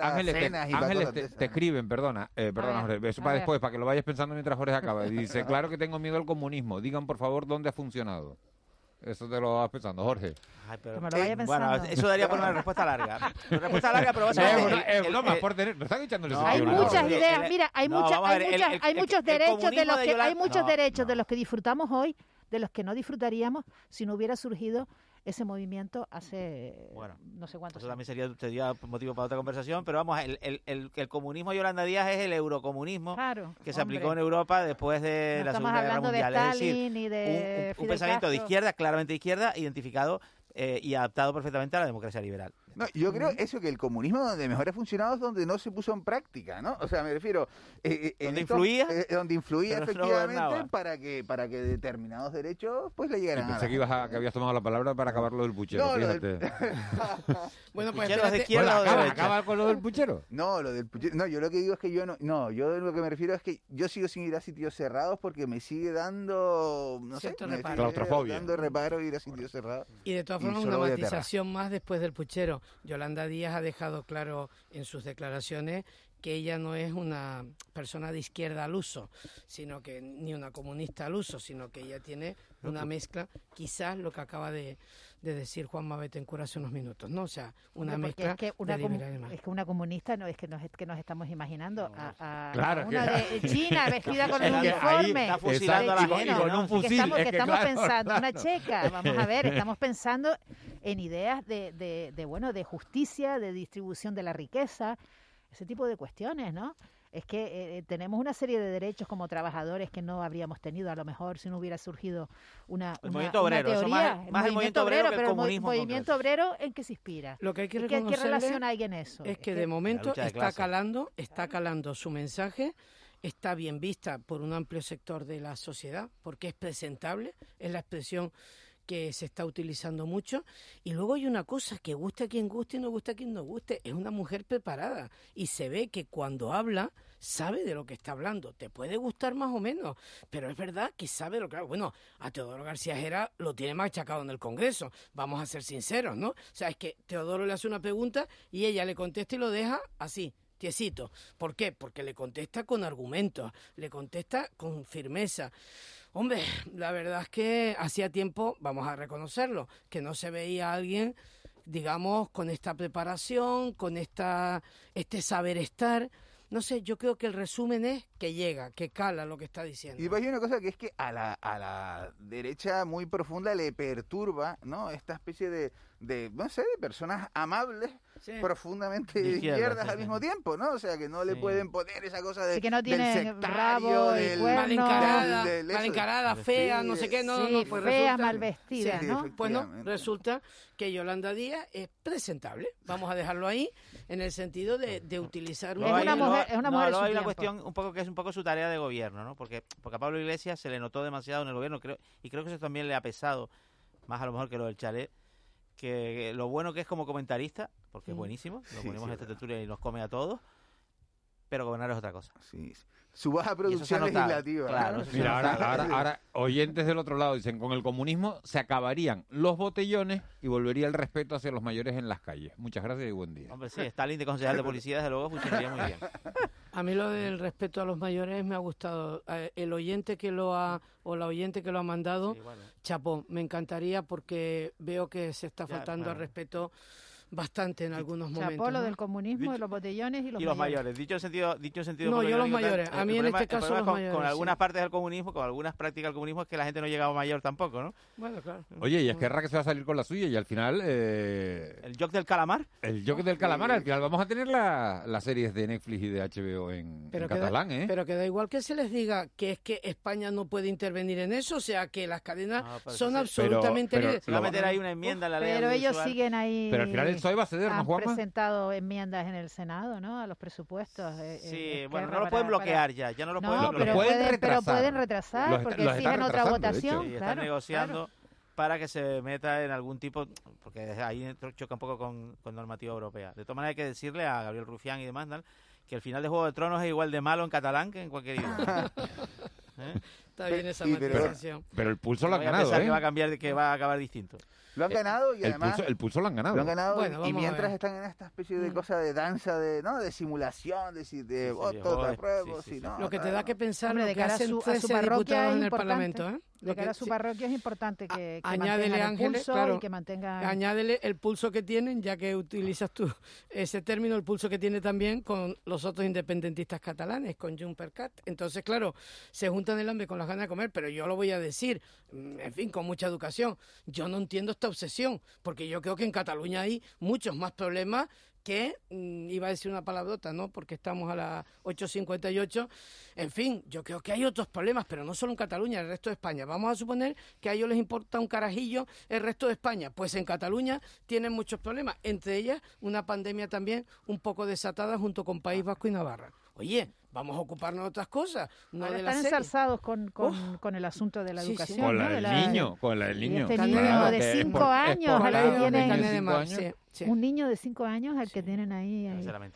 Speaker 1: te escriben, perdona, Jorge, eso para después, para que lo vayas pensando mientras Jorge acaba. Dice, claro que tengo miedo al comunismo. Digan, por favor, dónde ha funcionado. Eso te lo vas pensando, Jorge.
Speaker 17: Bueno, eso daría por una respuesta larga. Pero vas a ver...
Speaker 1: No, más por tener... No están echándole
Speaker 18: hay muchas ideas. Mira, hay muchos derechos de los que disfrutamos hoy, de los que no disfrutaríamos si no hubiera surgido ese movimiento hace no sé cuántos
Speaker 17: años.
Speaker 18: Eso
Speaker 17: también sería motivo para otra conversación, pero vamos, el comunismo de Yolanda Díaz es el eurocomunismo que se aplicó en Europa después de la Segunda Guerra Mundial.
Speaker 18: Es decir,
Speaker 17: un pensamiento de izquierda, claramente de izquierda, identificado y adaptado perfectamente a la democracia liberal.
Speaker 27: No, yo creo eso, que el comunismo donde mejor ha funcionado es donde no se puso en práctica, ¿no? O sea, me refiero... donde influía efectivamente para que determinados derechos pues le llegaran
Speaker 1: pensé que habías tomado la palabra para acabar lo del puchero, fíjate.
Speaker 17: Bueno, pues de izquierda o de derecha.
Speaker 1: ¿Acaba con lo del puchero?
Speaker 27: No, lo del puchero... No, yo lo que digo es que yo lo que me refiero es que yo sigo sin ir a sitios cerrados porque me sigue dando... No sé,
Speaker 1: claustrofobia.
Speaker 27: Dando reparo ir a sitios cerrados.
Speaker 26: Y de todas formas una matización más después del puchero. Yolanda Díaz ha dejado claro en sus declaraciones que ella no es una persona de izquierda al uso, sino que ni una comunista al uso, sino que ella tiene una mezcla, quizás lo que acaba de decir Juanma Betancur hace unos minutos, ¿no? O sea, una mezcla de liberal y mal.
Speaker 18: Es que una comunista no es que nos estamos imaginando a
Speaker 1: Claro,
Speaker 18: una de China vestida con un
Speaker 17: Ahí
Speaker 18: uniforme.
Speaker 17: está fusilando a la gente,
Speaker 1: con
Speaker 17: ¿no?
Speaker 1: un fusil.
Speaker 18: Que estamos
Speaker 1: claro,
Speaker 18: pensando,
Speaker 1: claro.
Speaker 18: una checa, vamos a ver, estamos pensando en ideas de justicia, de distribución de la riqueza, ese tipo de cuestiones, ¿no? Es que tenemos una serie de derechos como trabajadores que no habríamos tenido a lo mejor si no hubiera surgido
Speaker 17: el movimiento obrero,
Speaker 18: teoría.
Speaker 17: más el movimiento obrero que el
Speaker 18: pero
Speaker 17: comunismo.
Speaker 18: el movimiento obrero, ¿en qué se inspira?
Speaker 26: Lo que hay que
Speaker 18: ¿Qué
Speaker 26: reconocerle
Speaker 18: relación hay en eso?
Speaker 26: es que de momento
Speaker 17: La lucha de
Speaker 26: está calando su mensaje, está bien vista por un amplio sector de la sociedad, porque es presentable, es la expresión que se está utilizando mucho. Y luego hay una cosa, que guste a quien guste y no guste a quien no guste. Es una mujer preparada y se ve que cuando habla sabe de lo que está hablando. Te puede gustar más o menos, pero es verdad que sabe lo que... Bueno, a Teodoro García Jera lo tiene machacado en el Congreso, vamos a ser sinceros, ¿no? O sea, es que Teodoro le hace una pregunta y ella le contesta y lo deja así, tiesito. ¿Por qué? Porque le contesta con argumentos, le contesta con firmeza. Hombre, la verdad es que hacía tiempo, vamos a reconocerlo, que no se veía a alguien, digamos, con esta preparación, con este saber estar. No sé, yo creo que el resumen es que llega, que cala lo que está diciendo.
Speaker 27: Y después hay una cosa que es que a la derecha muy profunda le perturba, ¿no? Esta especie de no sé, de personas amables,
Speaker 26: Sí.
Speaker 27: profundamente
Speaker 17: De
Speaker 27: izquierdas
Speaker 17: sí,
Speaker 27: al mismo tiempo, ¿no? O sea, que no le pueden poner esa cosa de,
Speaker 18: Sí, que no
Speaker 27: del
Speaker 18: tiene
Speaker 27: sectario,
Speaker 18: rabo y
Speaker 27: del...
Speaker 18: cuerno.
Speaker 26: Mal encarada,
Speaker 27: del-
Speaker 26: mal encarada, fea, no sé qué, no,
Speaker 18: Sí,
Speaker 26: no, pues
Speaker 18: fea,
Speaker 26: resulta-
Speaker 18: mal vestida,
Speaker 27: Sí,
Speaker 18: ¿no?
Speaker 26: Bueno,
Speaker 27: efectivamente.
Speaker 26: resulta que Yolanda Díaz es presentable, vamos a dejarlo ahí, en el sentido de utilizar
Speaker 18: Es una mujer de su
Speaker 17: luego hay una
Speaker 18: tiempo.
Speaker 17: cuestión un poco que es un poco su tarea de gobierno, ¿no? Porque a Pablo Iglesias se le notó demasiado en el gobierno, creo que eso también le ha pesado, más a lo mejor que lo del chalet, que lo bueno que es como comentarista, porque es buenísimo, lo
Speaker 27: Sí,
Speaker 17: ponemos
Speaker 27: sí,
Speaker 17: en esta tertulia y nos come a todos, pero gobernar es otra cosa.
Speaker 27: Sí. Su baja
Speaker 17: Y eso se ha
Speaker 27: producción
Speaker 17: notado,
Speaker 27: legislativa.
Speaker 17: claro,
Speaker 27: ¿no?
Speaker 17: eso se ha
Speaker 1: Mira,
Speaker 17: notado.
Speaker 1: ahora oyentes del otro lado dicen, con el comunismo se acabarían los botellones y volvería el respeto hacia los mayores en las calles. Muchas gracias y buen día.
Speaker 17: Hombre, sí, Stalin de concejal de policía, desde luego, funcionaría muy bien.
Speaker 26: A mí lo del respeto a los mayores me ha gustado. El oyente que lo ha, o la oyente que lo ha mandado,
Speaker 17: Sí, bueno.
Speaker 26: chapó, me encantaría porque veo que se está
Speaker 17: Ya,
Speaker 26: faltando al
Speaker 17: bueno.
Speaker 26: respeto bastante en algunos momentos.
Speaker 18: Chapó lo
Speaker 26: ¿no?
Speaker 18: del comunismo, de los botellones y los
Speaker 17: Y los
Speaker 18: mayores.
Speaker 17: mayores, dicho en sentido
Speaker 26: No,
Speaker 17: puro,
Speaker 26: yo los
Speaker 17: digo,
Speaker 26: mayores. A mí en este caso
Speaker 17: problema
Speaker 26: los
Speaker 17: con
Speaker 26: mayores,
Speaker 17: algunas
Speaker 26: sí.
Speaker 17: partes del comunismo, con algunas prácticas del comunismo, es que la gente no llegaba mayor tampoco, ¿no?
Speaker 26: Bueno, claro.
Speaker 1: Oye, y Esquerra que se va a salir con la suya y al final...
Speaker 17: El joke del calamar.
Speaker 1: El joke del calamar, al final vamos a tener las series de Netflix y de HBO en
Speaker 26: que
Speaker 1: catalán, ¿eh?
Speaker 26: Pero que da igual que se les diga que es que España no puede intervenir en eso, o sea, que las cadenas
Speaker 17: pero
Speaker 26: son
Speaker 17: eso
Speaker 26: absolutamente
Speaker 1: pero
Speaker 26: libres.
Speaker 17: Se va a meter ahí una enmienda en la ley
Speaker 18: Pero ellos
Speaker 17: audiovisual.
Speaker 18: siguen ahí.
Speaker 1: Pero al final el PSOE va a ceder, ¿no,
Speaker 18: Han
Speaker 1: Juanma?
Speaker 18: presentado enmiendas en el Senado, ¿no? A los presupuestos.
Speaker 17: Sí,
Speaker 18: Esquerra
Speaker 17: bueno, no lo
Speaker 18: para-
Speaker 17: pueden bloquear
Speaker 18: para-
Speaker 17: ya no lo
Speaker 18: No,
Speaker 17: pueden
Speaker 18: pero
Speaker 17: bloquear.
Speaker 18: pueden retrasar,
Speaker 1: Los
Speaker 18: porque
Speaker 1: están
Speaker 18: exigen otra
Speaker 1: retrasando, de
Speaker 18: votación.
Speaker 17: Sí,
Speaker 18: claro,
Speaker 17: están negociando
Speaker 18: claro.
Speaker 17: para que se meta en algún tipo, porque ahí choca un poco con normativa europea. De todas maneras hay que decirle a Gabriel Rufián y demás, ¿no?, que el final de Juego de Tronos es igual de malo en catalán que en cualquier idioma. ¿Eh?
Speaker 26: Está bien esa
Speaker 27: Sí, pero-
Speaker 26: matización.
Speaker 1: Pero el pulso lo han
Speaker 17: Voy a
Speaker 1: ganado,
Speaker 17: pensar
Speaker 1: ¿eh?
Speaker 17: que va a cambiar, que va a acabar distinto.
Speaker 27: Lo han ganado y además...
Speaker 1: El pulso lo han ganado.
Speaker 27: Lo han ganado
Speaker 26: Bueno,
Speaker 27: y
Speaker 26: vamos a
Speaker 27: mientras
Speaker 26: ver.
Speaker 27: están en esta especie de cosa de danza, de simulación, de voto,
Speaker 17: joder,
Speaker 27: te apruebo,
Speaker 17: sí, sí,
Speaker 27: si no...
Speaker 26: Lo que te da que pensar
Speaker 18: Hombre,
Speaker 26: lo
Speaker 18: de
Speaker 26: que
Speaker 18: cara a
Speaker 26: hacen
Speaker 18: su
Speaker 26: 13
Speaker 18: parroquia
Speaker 26: diputados
Speaker 18: es
Speaker 26: en el
Speaker 18: importante.
Speaker 26: Parlamento, ¿eh?
Speaker 18: De cara a su
Speaker 26: sí.
Speaker 18: parroquia es importante que
Speaker 26: Añádele,
Speaker 18: mantengan el
Speaker 26: Ángeles,
Speaker 18: pulso
Speaker 26: claro,
Speaker 18: y que mantengan...
Speaker 26: añádele el pulso que tienen, ya que utilizas tú ese término, el pulso que tiene también con los otros independentistas catalanes, con Junpercat. Entonces, claro, se juntan el hambre con las ganas de comer, pero yo lo voy a decir, en fin, con mucha educación. Yo no entiendo esta obsesión, porque yo creo que en Cataluña hay muchos más problemas que, iba a decir una palabrota, ¿no?, porque estamos a las 8:58, en fin, yo creo que hay otros problemas, pero no solo en Cataluña, en el resto de España. Vamos a suponer que a ellos les importa un carajillo el resto de España, pues en Cataluña tienen muchos problemas, entre ellas una pandemia también un poco desatada junto con País Vasco y Navarra. Oye, vamos a ocuparnos de otras cosas, no
Speaker 18: Ahora
Speaker 26: de la
Speaker 18: están
Speaker 26: serie.
Speaker 18: ensalzados con el asunto de la
Speaker 26: Sí, sí.
Speaker 18: educación.
Speaker 1: Con la
Speaker 18: ¿no?
Speaker 1: del
Speaker 18: De
Speaker 1: niño, con la del
Speaker 18: y
Speaker 1: niño.
Speaker 18: este
Speaker 26: Carnet
Speaker 18: niño
Speaker 26: de
Speaker 18: de
Speaker 1: que es
Speaker 18: 5
Speaker 1: por- es
Speaker 18: años
Speaker 1: por
Speaker 18: al
Speaker 1: la
Speaker 18: que
Speaker 1: edad de
Speaker 18: tienen...
Speaker 26: Carnet de
Speaker 1: cinco
Speaker 26: mar,
Speaker 1: años.
Speaker 26: sí, sí.
Speaker 18: Un niño de 5 años al que tienen ahí...
Speaker 17: Es lamentable.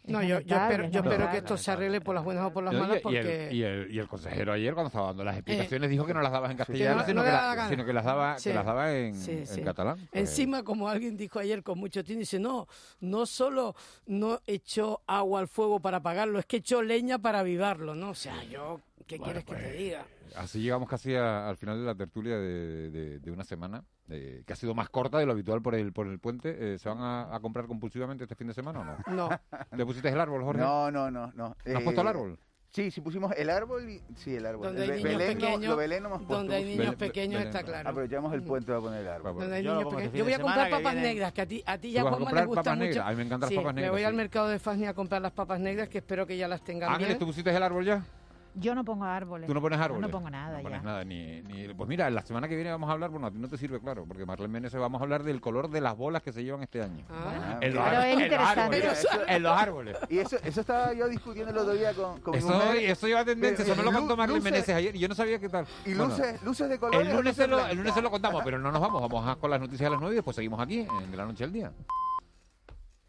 Speaker 26: No, yo espero que esto se arregle por las buenas o por las malas, porque...
Speaker 1: Y el consejero ayer, cuando estaba dando las explicaciones, dijo que no las daba en castellano, sino que las daba en catalán.
Speaker 26: Encima, como alguien dijo ayer con mucho tino, dice, no solo no echó agua al fuego para apagarlo, es que echó leña para avivarlo, ¿no? O sea, ¿qué quieres que te diga?
Speaker 1: Así llegamos casi al final de la tertulia de una semana, que ha sido más corta de lo habitual por el puente. ¿Se van a comprar compulsivamente este fin de semana o no?
Speaker 26: No.
Speaker 1: ¿Le pusiste el árbol, Jorge?
Speaker 27: No.
Speaker 1: ¿No has puesto el árbol?
Speaker 27: Sí, pusimos el árbol el árbol.
Speaker 26: Donde hay niños pequeños, donde hay niños pequeños está claro.
Speaker 27: Aprovechamos el puente para poner el árbol.
Speaker 26: Donde hay niños pequeños. Yo voy a comprar papas negras, que a ti ya Juanma les gusta mucho.
Speaker 1: A mí me encantan las papas negras.
Speaker 26: Me voy al mercado de Fasni a comprar las papas negras, que espero que ya las tengan bien.
Speaker 1: Ángeles, ¿tú pusiste el árbol ya?
Speaker 18: Yo no pongo árboles.
Speaker 1: ¿Tú no pones árboles?
Speaker 18: No pongo nada.
Speaker 1: No pones nada, Pues mira, la semana que viene vamos a hablar, bueno, a ti no te sirve, claro, porque Marlene Meneses vamos a hablar del color de las bolas que se llevan este año. En los árboles.
Speaker 27: Y eso estaba yo discutiendo el otro día con mi mujer.
Speaker 1: Eso lleva tendencia, eso me lo contó Marlene Meneses ayer y yo no sabía qué tal.
Speaker 27: ¿Y luces de colores?
Speaker 1: El lunes se lo contamos, pero no nos vamos a con las noticias de las 9 y después seguimos aquí, en De la Noche al Día.